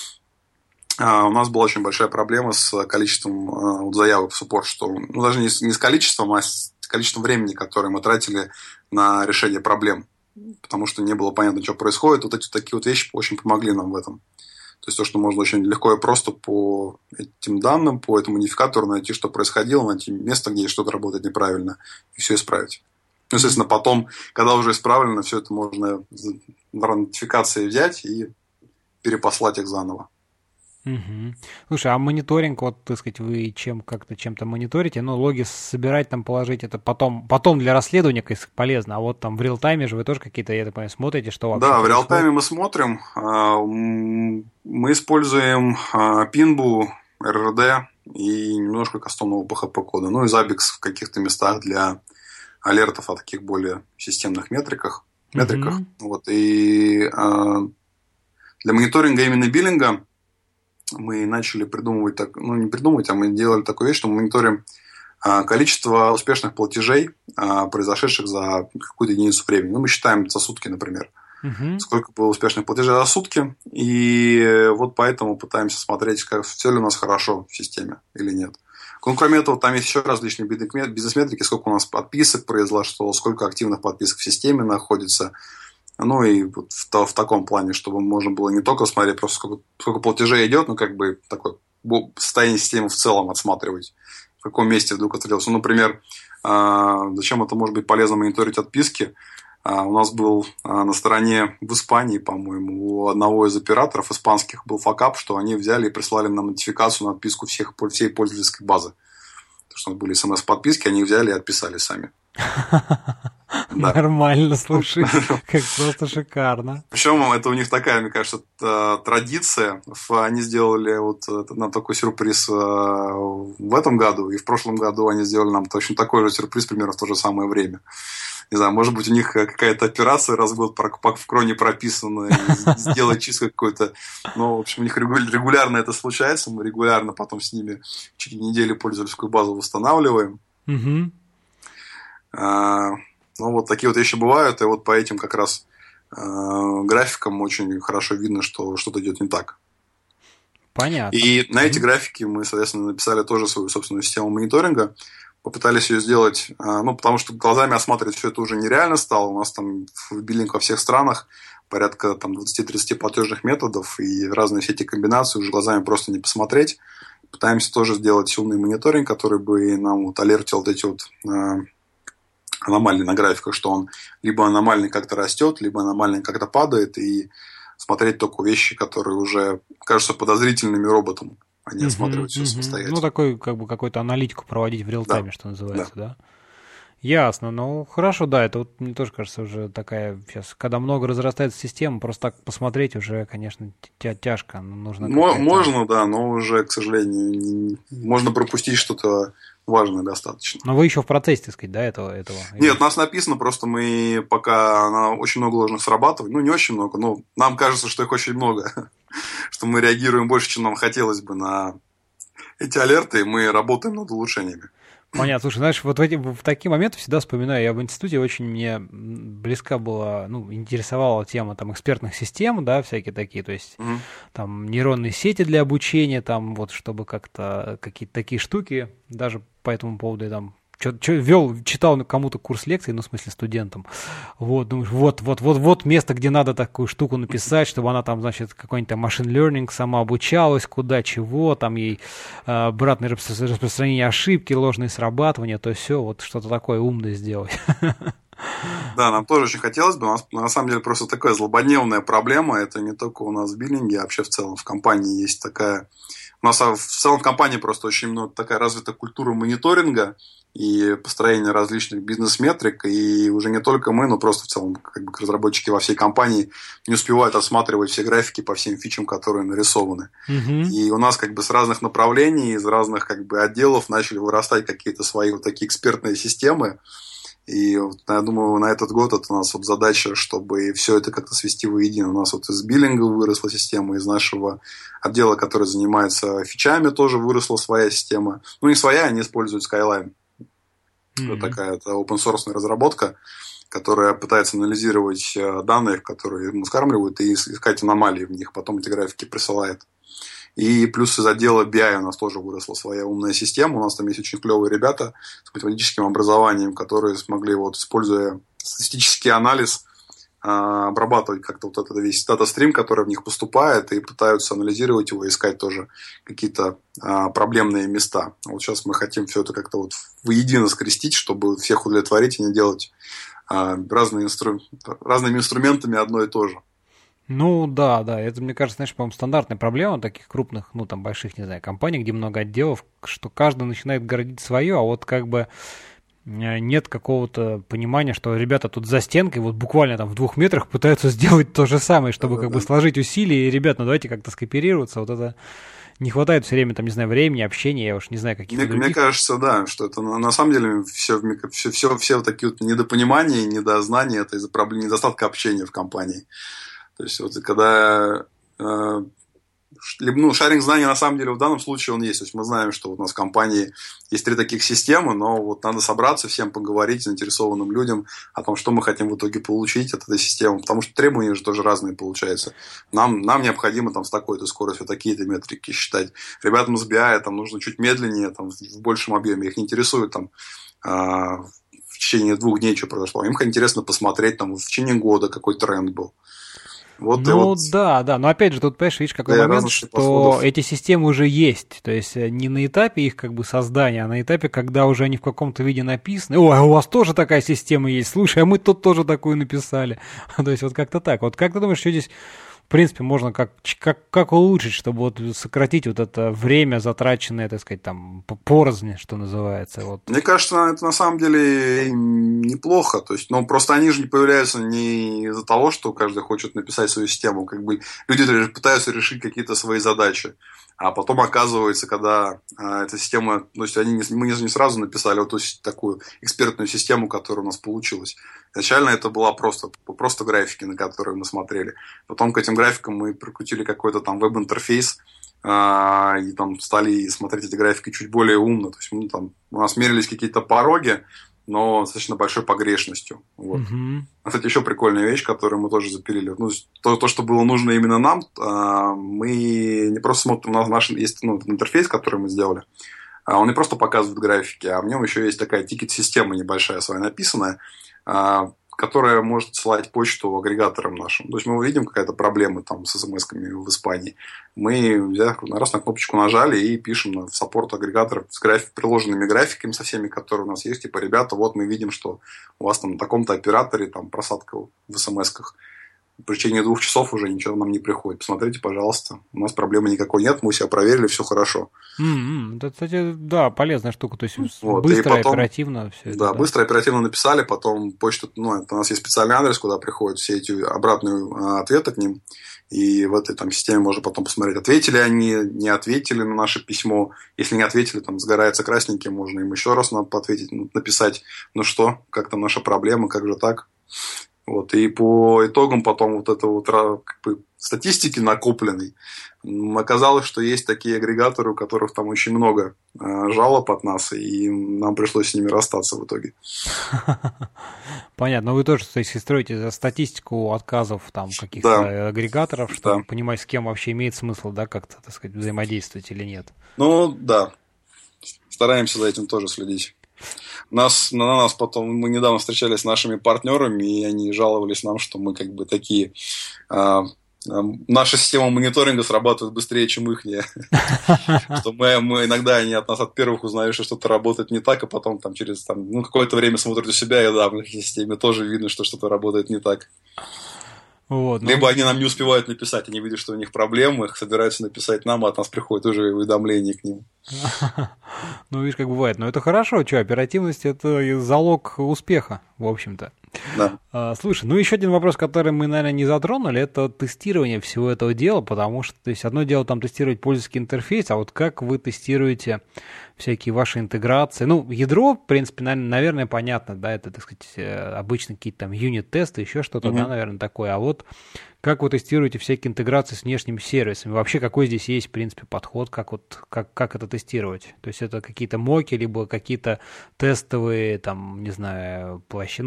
У нас была очень большая проблема с количеством заявок в суппорт, что даже не с количеством, а с количеством времени, которое мы тратили на решение проблем, потому что не было понятно, что происходит. Вот эти такие вот вещи очень помогли нам в этом. То есть то, что можно очень легко и просто по этим данным, по этому модификатору найти, что происходило, найти место, где что-то работает неправильно, и все исправить. Естественно, потом, когда уже исправлено, все это можно на нотификации взять и перепослать их заново. Слушай, а мониторинг, вот, так сказать, вы чем-то мониторите, логи собирать, там положить, это потом для расследования, конечно, полезно, а вот там в реал-тайме же вы тоже какие-то, я так понимаю, смотрите, что вообще происходит? Да, в реал-тайме мы смотрим, мы используем Pinbu, RRD и немножко кастомного PHP-кода, и Zabbix в каких-то местах для алертов о таких более системных метриках. Вот, и для мониторинга именно биллинга мы начали придумывать, мы делали такую вещь, что мы мониторим количество успешных платежей, произошедших за какую-то единицу времени. Мы считаем за сутки, например. Сколько было успешных платежей за сутки. И вот поэтому пытаемся смотреть, все ли у нас хорошо в системе или нет. Кроме этого, там есть еще различные бизнес-метрики, сколько у нас подписок произошло, сколько активных подписок в системе находится. И вот в таком плане, чтобы можно было не только смотреть, просто сколько платежей идет, такое состояние системы в целом отсматривать, в каком месте вдруг это делается. Например, зачем это может быть полезно мониторить отписки? У нас был на стороне в Испании, по-моему, у одного из операторов испанских был факап, что они взяли и прислали нам нотификацию на отписку всей пользовательской базы. Потому что у нас были смс-подписки, они взяли и отписали сами. Нормально, слушай, как просто шикарно. Причем это у них такая, мне кажется, традиция. Они сделали нам такой сюрприз в этом году, и в прошлом году они сделали нам точно такой же сюрприз примерно в то же самое время. Не знаю, может быть, у них какая-то операция раз в год в кроне прописана, сделать чисто какой-то... в общем, у них регулярно это случается, мы регулярно потом с ними через неделю пользовательскую базу восстанавливаем. Вот такие вот вещи бывают, и вот по этим как раз графикам очень хорошо видно, что что-то идет не так. Понятно. И на эти графики мы, соответственно, написали тоже свою собственную систему мониторинга. Попытались ее сделать, потому что глазами осматривать все это уже нереально стало. У нас там в биллинг во всех странах порядка там 20-30 платежных методов, и разные все эти комбинации уже глазами просто не посмотреть. Пытаемся тоже сделать умный мониторинг, который бы нам вот алертил вот эти вот аномалии на графиках, что он либо аномальный как-то растет, либо аномальный как-то падает, и смотреть только вещи, которые уже кажутся подозрительными роботом, а не осматривать все самостоятельно. Ну, такой, как бы, какую-то аналитику проводить в реал-тайме, да, что называется, да? Ясно. Ну, хорошо, да, это вот мне тоже кажется уже такая сейчас, когда много разрастается система, просто так посмотреть уже, конечно, тяжко. Нужно можно, да, но уже, к сожалению, можно пропустить что-то важное достаточно. Но вы еще в процессе, так сказать, да, этого? Нет, у нас написано, просто мы пока очень много должно срабатывать. Ну, не очень много, но нам кажется, что их очень много. Что мы реагируем больше, чем нам хотелось бы на эти алерты, и мы работаем над улучшениями. Понятно. Слушай, знаешь, вот в такие моменты всегда вспоминаю, я в институте очень мне близка была, интересовала тема там экспертных систем, да, всякие такие, то есть там нейронные сети для обучения, там вот чтобы как-то какие-то такие штуки, даже по этому поводу я там читал кому-то курс лекций, в смысле студентам, вот, думаешь, вот место, где надо такую штуку написать, чтобы она там, значит, какой-нибудь там machine learning сама обучалась, куда, чего, там ей обратное распространение ошибки, ложные срабатывания, то есть все, вот что-то такое умное сделать. Да, нам тоже очень хотелось бы. У нас на самом деле просто такая злободневная проблема. Это не только у нас в биллинге, а вообще в целом в компании есть такая... У нас в целом в компании просто очень много такая развита культура мониторинга и построения различных бизнес-метрик. И уже не только мы, но просто в целом как бы разработчики во всей компании не успевают осматривать все графики по всем фичам, которые нарисованы. И у нас как бы с разных направлений, из разных как бы отделов начали вырастать какие-то свои вот такие экспертные системы. И вот, я думаю, на этот год это у нас вот задача, чтобы все это как-то свести воедино. У нас вот из биллинга выросла система, из нашего отдела, который занимается фичами, тоже выросла своя система. Ну, не своя, они используют Skyline. Это такая open-source разработка, которая пытается анализировать данные, которые ему скармливают, и искать аномалии в них, потом эти графики присылает. И плюс из отдела BI у нас тоже выросла своя умная система. У нас там есть очень клевые ребята с математическим образованием, которые смогли, вот, используя статистический анализ, обрабатывать как-то вот этот весь дата-стрим, который в них поступает, и пытаются анализировать его, искать тоже какие-то проблемные места. Вот сейчас мы хотим все это как-то вот воедино скрестить, чтобы всех удовлетворить и не делать разными инструментами одно и то же. Ну да, это, мне кажется, знаешь, по-моему, стандартная проблема таких крупных, там больших, не знаю, компаний, где много отделов, что каждый начинает городить свое, а вот как бы нет какого-то понимания, что ребята тут за стенкой, вот буквально там в 2 метрах пытаются сделать то же самое, чтобы как бы сложить усилия, и, ребят, давайте как-то скооперироваться, вот это не хватает все время, там, не знаю, времени, общения, я уж не знаю, каких-то других. Мне кажется, да, что это на самом деле все вот такие вот недопонимания, недознания, это из-за проблем недостатка общения в компании. То есть, вот когда шаринг знаний на самом деле в данном случае он есть. То есть, мы знаем, что вот у нас в компании есть 3 таких системы, но вот надо собраться, всем поговорить, заинтересованным людям о том, что мы хотим в итоге получить от этой системы, потому что требования же тоже разные получаются. Нам необходимо там с такой-то скоростью такие-то метрики считать. Ребятам с BI там нужно чуть медленнее, там, в большем объеме. Их не интересует там в течение 2 дней, что произошло. Им интересно посмотреть там в течение года какой тренд был. Вот да, но опять же, тут, понимаешь, видишь, какой момент, что подходов. Эти системы уже есть, то есть не на этапе их как бы создания, а на этапе, когда уже они в каком-то виде написаны. Ой, а у вас тоже такая система есть, слушай, а мы тут тоже такую написали. То есть вот как-то так. Вот как ты думаешь, что здесь, в принципе, можно как улучшить, чтобы вот сократить вот это время, затраченное, так сказать, там, порознь, что называется? Вот. Мне кажется, это на самом деле неплохо. То есть, просто они же не появляются не из-за того, что каждый хочет написать свою систему. Как бы люди пытаются решить какие-то свои задачи. А потом оказывается, когда эта система, то есть мы не сразу написали вот такую экспертную систему, которая у нас получилась. Изначально это была просто графики, на которые мы смотрели. Потом к этим графикам мы прикрутили какой-то там веб-интерфейс, и там стали смотреть эти графики чуть более умно. То есть у нас мерились какие-то пороги, но достаточно большой погрешностью. Вот. Кстати, еще прикольная вещь, которую мы тоже запилили. Ну, то, что было нужно именно нам, мы не просто смотрим, у нас наш есть интерфейс, который мы сделали, он не просто показывает графики, а в нем еще есть такая тикет-система небольшая своя написанная, которая может ссылать почту агрегаторам нашим. То есть мы увидим какая-то проблема там с смс-ками в Испании. Мы раз на кнопочку нажали и пишем в саппорт агрегаторов с приложенными графиками со всеми, которые у нас есть. Типа, ребята, вот мы видим, что у вас там на таком-то операторе там просадка в смс-ках. В течение 2 часов уже ничего нам не приходит. Посмотрите, пожалуйста. У нас проблемы никакой нет, мы себя проверили, все хорошо. Это, кстати, да, полезная штука. То есть вот. Быстро и оперативно все это. Да, быстро и оперативно написали, потом почту, это у нас есть специальный адрес, куда приходят все эти обратные ответы к ним. И в этой там системе можно потом посмотреть, ответили они, не ответили на наше письмо. Если не ответили, там загорается красненьким, можно им еще раз ответить, написать, ну что, как там наша проблема, как же так. Вот, и по итогам потом вот этой вот как бы статистики накопленной оказалось, что есть такие агрегаторы, у которых там очень много жалоб от нас, и нам пришлось с ними расстаться в итоге. Понятно. Но вы тоже, то есть, строите статистику отказов там каких-то агрегаторов, чтобы понимать, с кем вообще имеет смысл, да, как-то, так сказать, взаимодействовать или нет. Ну, да. Стараемся за этим тоже следить. На нас потом, мы недавно встречались с нашими партнерами, и они жаловались нам, что мы как бы такие... наша система мониторинга срабатывает быстрее, чем их. Что мы иногда они от нас от первых узнают, что что-то работает не так, а потом там через какое-то время смотрят у себя, и в их системе тоже видно, что что-то работает не так. Вот, либо они нам не успевают написать, они видят, что у них проблемы, их собираются написать нам, а от нас приходит уже уведомление к ним. Ну, видишь, как бывает. Но это хорошо, оперативность – это залог успеха, в общем-то. Да. Слушай, еще один вопрос, который мы, наверное, не затронули, это тестирование всего этого дела, потому что, то есть, одно дело там тестировать пользовательский интерфейс, а вот как вы тестируете всякие ваши интеграции? Ну, ядро, в принципе, наверное, понятно, да, это, так сказать, обычно какие-то там юнит-тесты, еще что-то, да, наверное, такое. А вот как вы тестируете всякие интеграции с внешними сервисами? Вообще, какой здесь есть, в принципе, подход, как это тестировать? То есть это какие-то моки, либо какие-то тестовые, там, не знаю,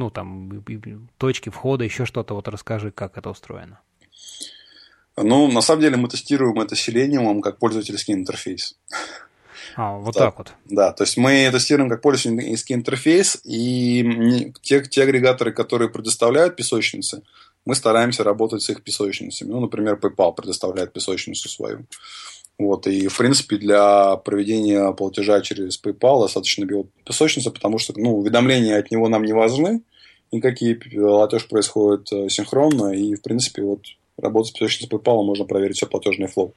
точки входа, еще что-то. Вот расскажи, как это устроено. Ну, на самом деле мы тестируем это Selenium как пользовательский интерфейс. Вот так вот. Да, то есть мы тестируем как пользовательский интерфейс, и те агрегаторы, которые предоставляют песочницы, мы стараемся работать с их песочницами. Ну, например, PayPal предоставляет песочницу свою. Вот, и, в принципе, для проведения платежа через PayPal достаточно песочницы, потому что уведомления от него нам не важны, никакие платеж происходит синхронно, и, в принципе, работать с песочницей PayPal можно проверить все платежные флоу.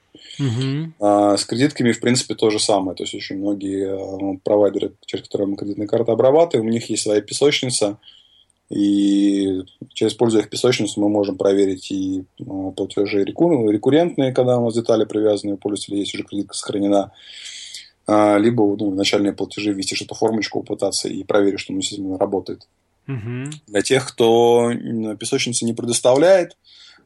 С кредитками, в принципе, то же самое. То есть, очень многие провайдеры, через которые мы кредитные карты обрабатываем, у них есть своя песочница, и используя их песочницу, мы можем проверить и платежи рекуррентные, когда у нас детали привязаны, у пользователя есть уже кредитка сохранена, либо начальные платежи ввести что-то формочку, попытаться и проверить, что действительно работает. Для тех, кто песочницы не предоставляет,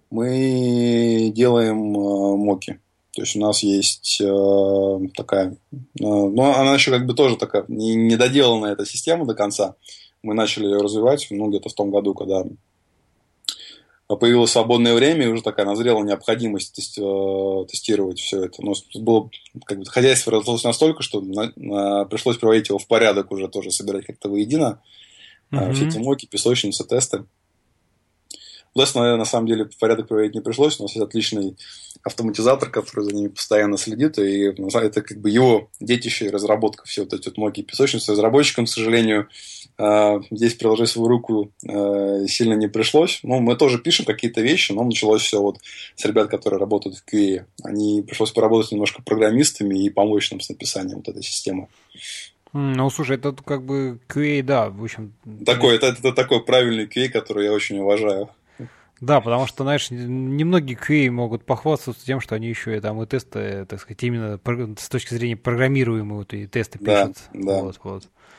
мы делаем моки. То есть у нас есть такая... она еще как бы тоже такая недоделанная эта система до конца. Мы начали ее развивать где-то в том году, когда появилось свободное время, и уже такая назрела необходимость тестировать все это. Но было хозяйство разошлось настолько, что пришлось приводить его в порядок уже, тоже собирать как-то воедино. Все эти моки, песочницы, тесты. Тест, на самом деле, порядок проводить не пришлось. У нас есть отличный автоматизатор, который за ними постоянно следит. И это как бы его детище и разработка. Все эти моки и песочницы. Разработчикам, к сожалению, здесь приложить свою руку сильно не пришлось. Мы тоже пишем какие-то вещи, но началось все с ребят, которые работают в QA. Пришлось поработать немножко программистами и помочь нам с написанием этой системы. Слушай, это как бы QA, да, в общем... Это такой правильный QA, который я очень уважаю. Да, потому что, знаешь, немногие QA могут похвастаться тем, что они еще и тесты, так сказать, именно с точки зрения программируемые и тесты пишут. Да. Вот.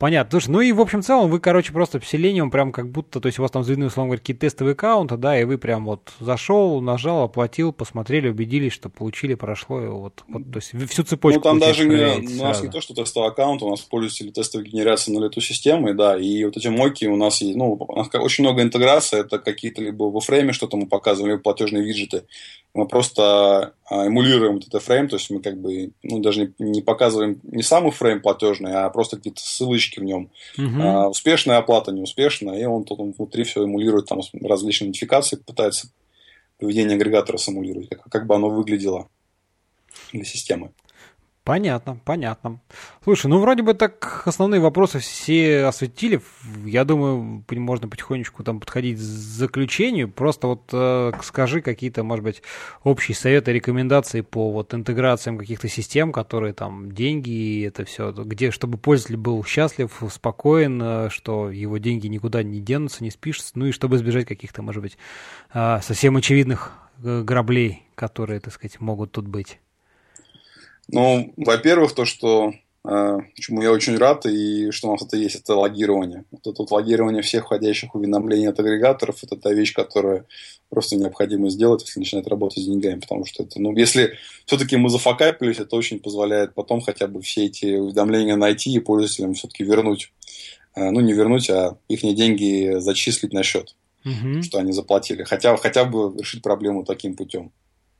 Понятно. Слушай, ну и в общем целом вы, короче, просто в Selenium прям как будто, то есть у вас там заведены, условно говоря, какие-то тестовые аккаунты, да, и вы прям вот зашел, нажал, оплатил, посмотрели, убедились, что получили, прошло, и вот то есть всю цепочку. Ну, там даже у нас не то, что тестовый аккаунт, у нас пользователи тестовой генерации на лету системы, да, и вот эти моки у нас есть, ну, очень много интеграции, это какие-то либо в фрейме что-то мы показываем, либо платежные виджеты. Мы просто эмулируем вот этот фрейм, то есть мы как бы, ну, даже не показываем не самый фрейм платежный, а просто какие-то ссылочки в нем. Успешная оплата, неуспешная, и он тут внутри все эмулирует, там различные нотификации, пытается поведение агрегатора симулировать, как бы оно выглядело для системы. Понятно, понятно. Слушай, ну вроде бы так основные вопросы все осветили. Я думаю, можно потихонечку там подходить к заключению. Просто вот скажи какие-то, может быть, общие советы, рекомендации по вот интеграциям каких-то систем, которые там деньги, это все, где, чтобы пользователь был счастлив, спокоен, что его деньги никуда не денутся, не спишутся, ну и чтобы избежать каких-то, может быть, совсем очевидных граблей, которые, так сказать, могут тут быть. Ну, во-первых, то, что чему я очень рад, и что у нас это есть, это логирование. Вот это вот логирование всех входящих уведомлений от агрегаторов, это та вещь, которая просто необходимо сделать, если начинать работать с деньгами, потому что это, ну, если все-таки мы зафакапились, это очень позволяет потом хотя бы все эти уведомления найти и пользователям все-таки вернуть. Ну, не вернуть, а их деньги зачислить на счет, что они заплатили. Хотя бы решить проблему таким путем.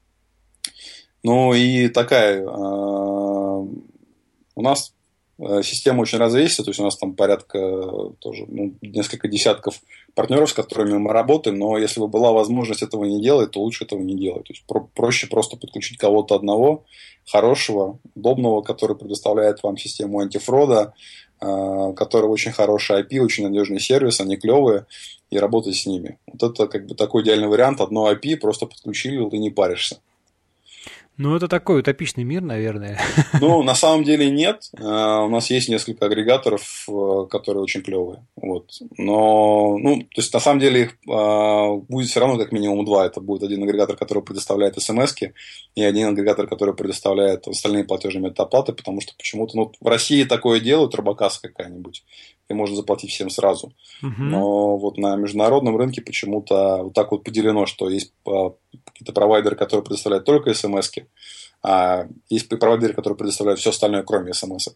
Ну и такая, у нас система очень развесится, то есть у нас там порядка тоже, ну, несколько десятков партнеров, с которыми мы работаем, но если бы была возможность этого не делать, то лучше этого не делать. То есть проще просто подключить кого-то одного, хорошего, удобного, который предоставляет вам систему антифрода, который очень хороший IP, очень надежный сервис, они клевые, и работать с ними. Вот это как бы такой идеальный вариант, одно IP, просто подключили, ты не паришься. Ну, это такой утопичный мир, наверное. Ну, на самом деле нет. У нас есть несколько агрегаторов, которые очень клевые. Вот. Но, ну, то есть, на самом деле, их будет все равно как минимум два. Это будет один агрегатор, который предоставляет смс-ки, и один агрегатор, который предоставляет остальные платежные методы оплаты, потому что почему-то, ну, в России такое делают, робокасса какая-нибудь, и можно заплатить всем сразу. Но вот на международном рынке почему-то вот так вот поделено, что есть какие-то провайдеры, которые предоставляют только смс-ки, а есть провайдеры, которые предоставляют все остальное, кроме смс-ок.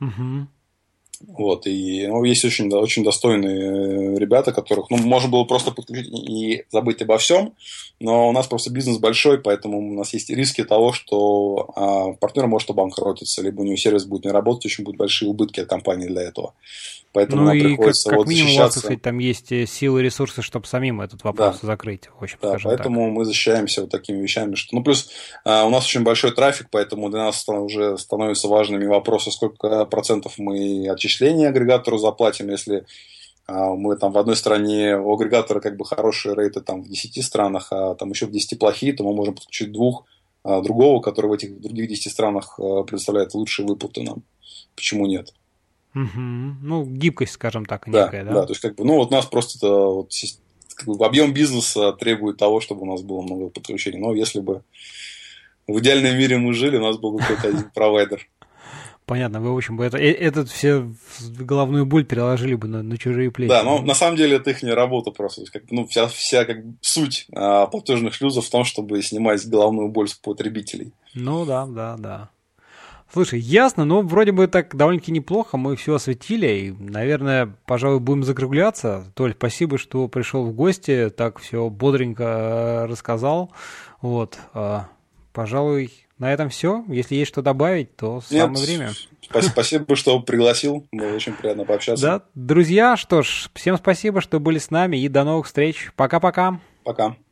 Вот, и есть очень достойные ребята, которых, ну, можно было просто подключить и забыть обо всем, но у нас просто бизнес большой, поэтому у нас есть риски того, что партнер может обанкротиться, либо у него сервис будет не работать, очень будут большие убытки от компании для этого. Поэтому нам приходится как минимум защищаться. У вас, так сказать, там есть силы и ресурсы, чтобы самим этот вопрос закрыть. В общем, да, поэтому так. Мы защищаемся вот такими вещами. Что, ну, плюс у нас очень большой трафик, поэтому для нас уже становятся важными вопросы, сколько процентов мы отчисления агрегатору заплатим, если мы там в одной стране, у агрегатора как бы хорошие рейты там в 10 странах, а там еще в 10 плохие, то мы можем подключить другого, который в этих других 10 странах предоставляет лучшие выплаты нам. Почему нет? Ну, гибкость, скажем так, некая, да? Да, то есть, как бы, ну, вот у нас просто это вот, как бы, объем бизнеса требует того, чтобы у нас было много подключений. Но если бы в идеальном мире мы жили, у нас был бы какой-то один провайдер. Понятно, вы, в общем, этот все головную боль переложили бы на чужие плечи. Да, но на самом деле это их не работа просто. То есть, ну, вся как бы, суть платежных шлюзов в том, чтобы снимать головную боль с потребителей. Ну да. Слушай, ясно, но вроде бы так довольно-таки неплохо, мы все осветили, и, наверное, пожалуй, будем закругляться. Толь, спасибо, что пришел в гости, так все бодренько рассказал. Вот, пожалуй, на этом все. Если есть что добавить, то самое время. Спасибо, что пригласил, было очень приятно пообщаться. Да, друзья, что ж, всем спасибо, что были с нами, и до новых встреч. Пока-пока. Пока.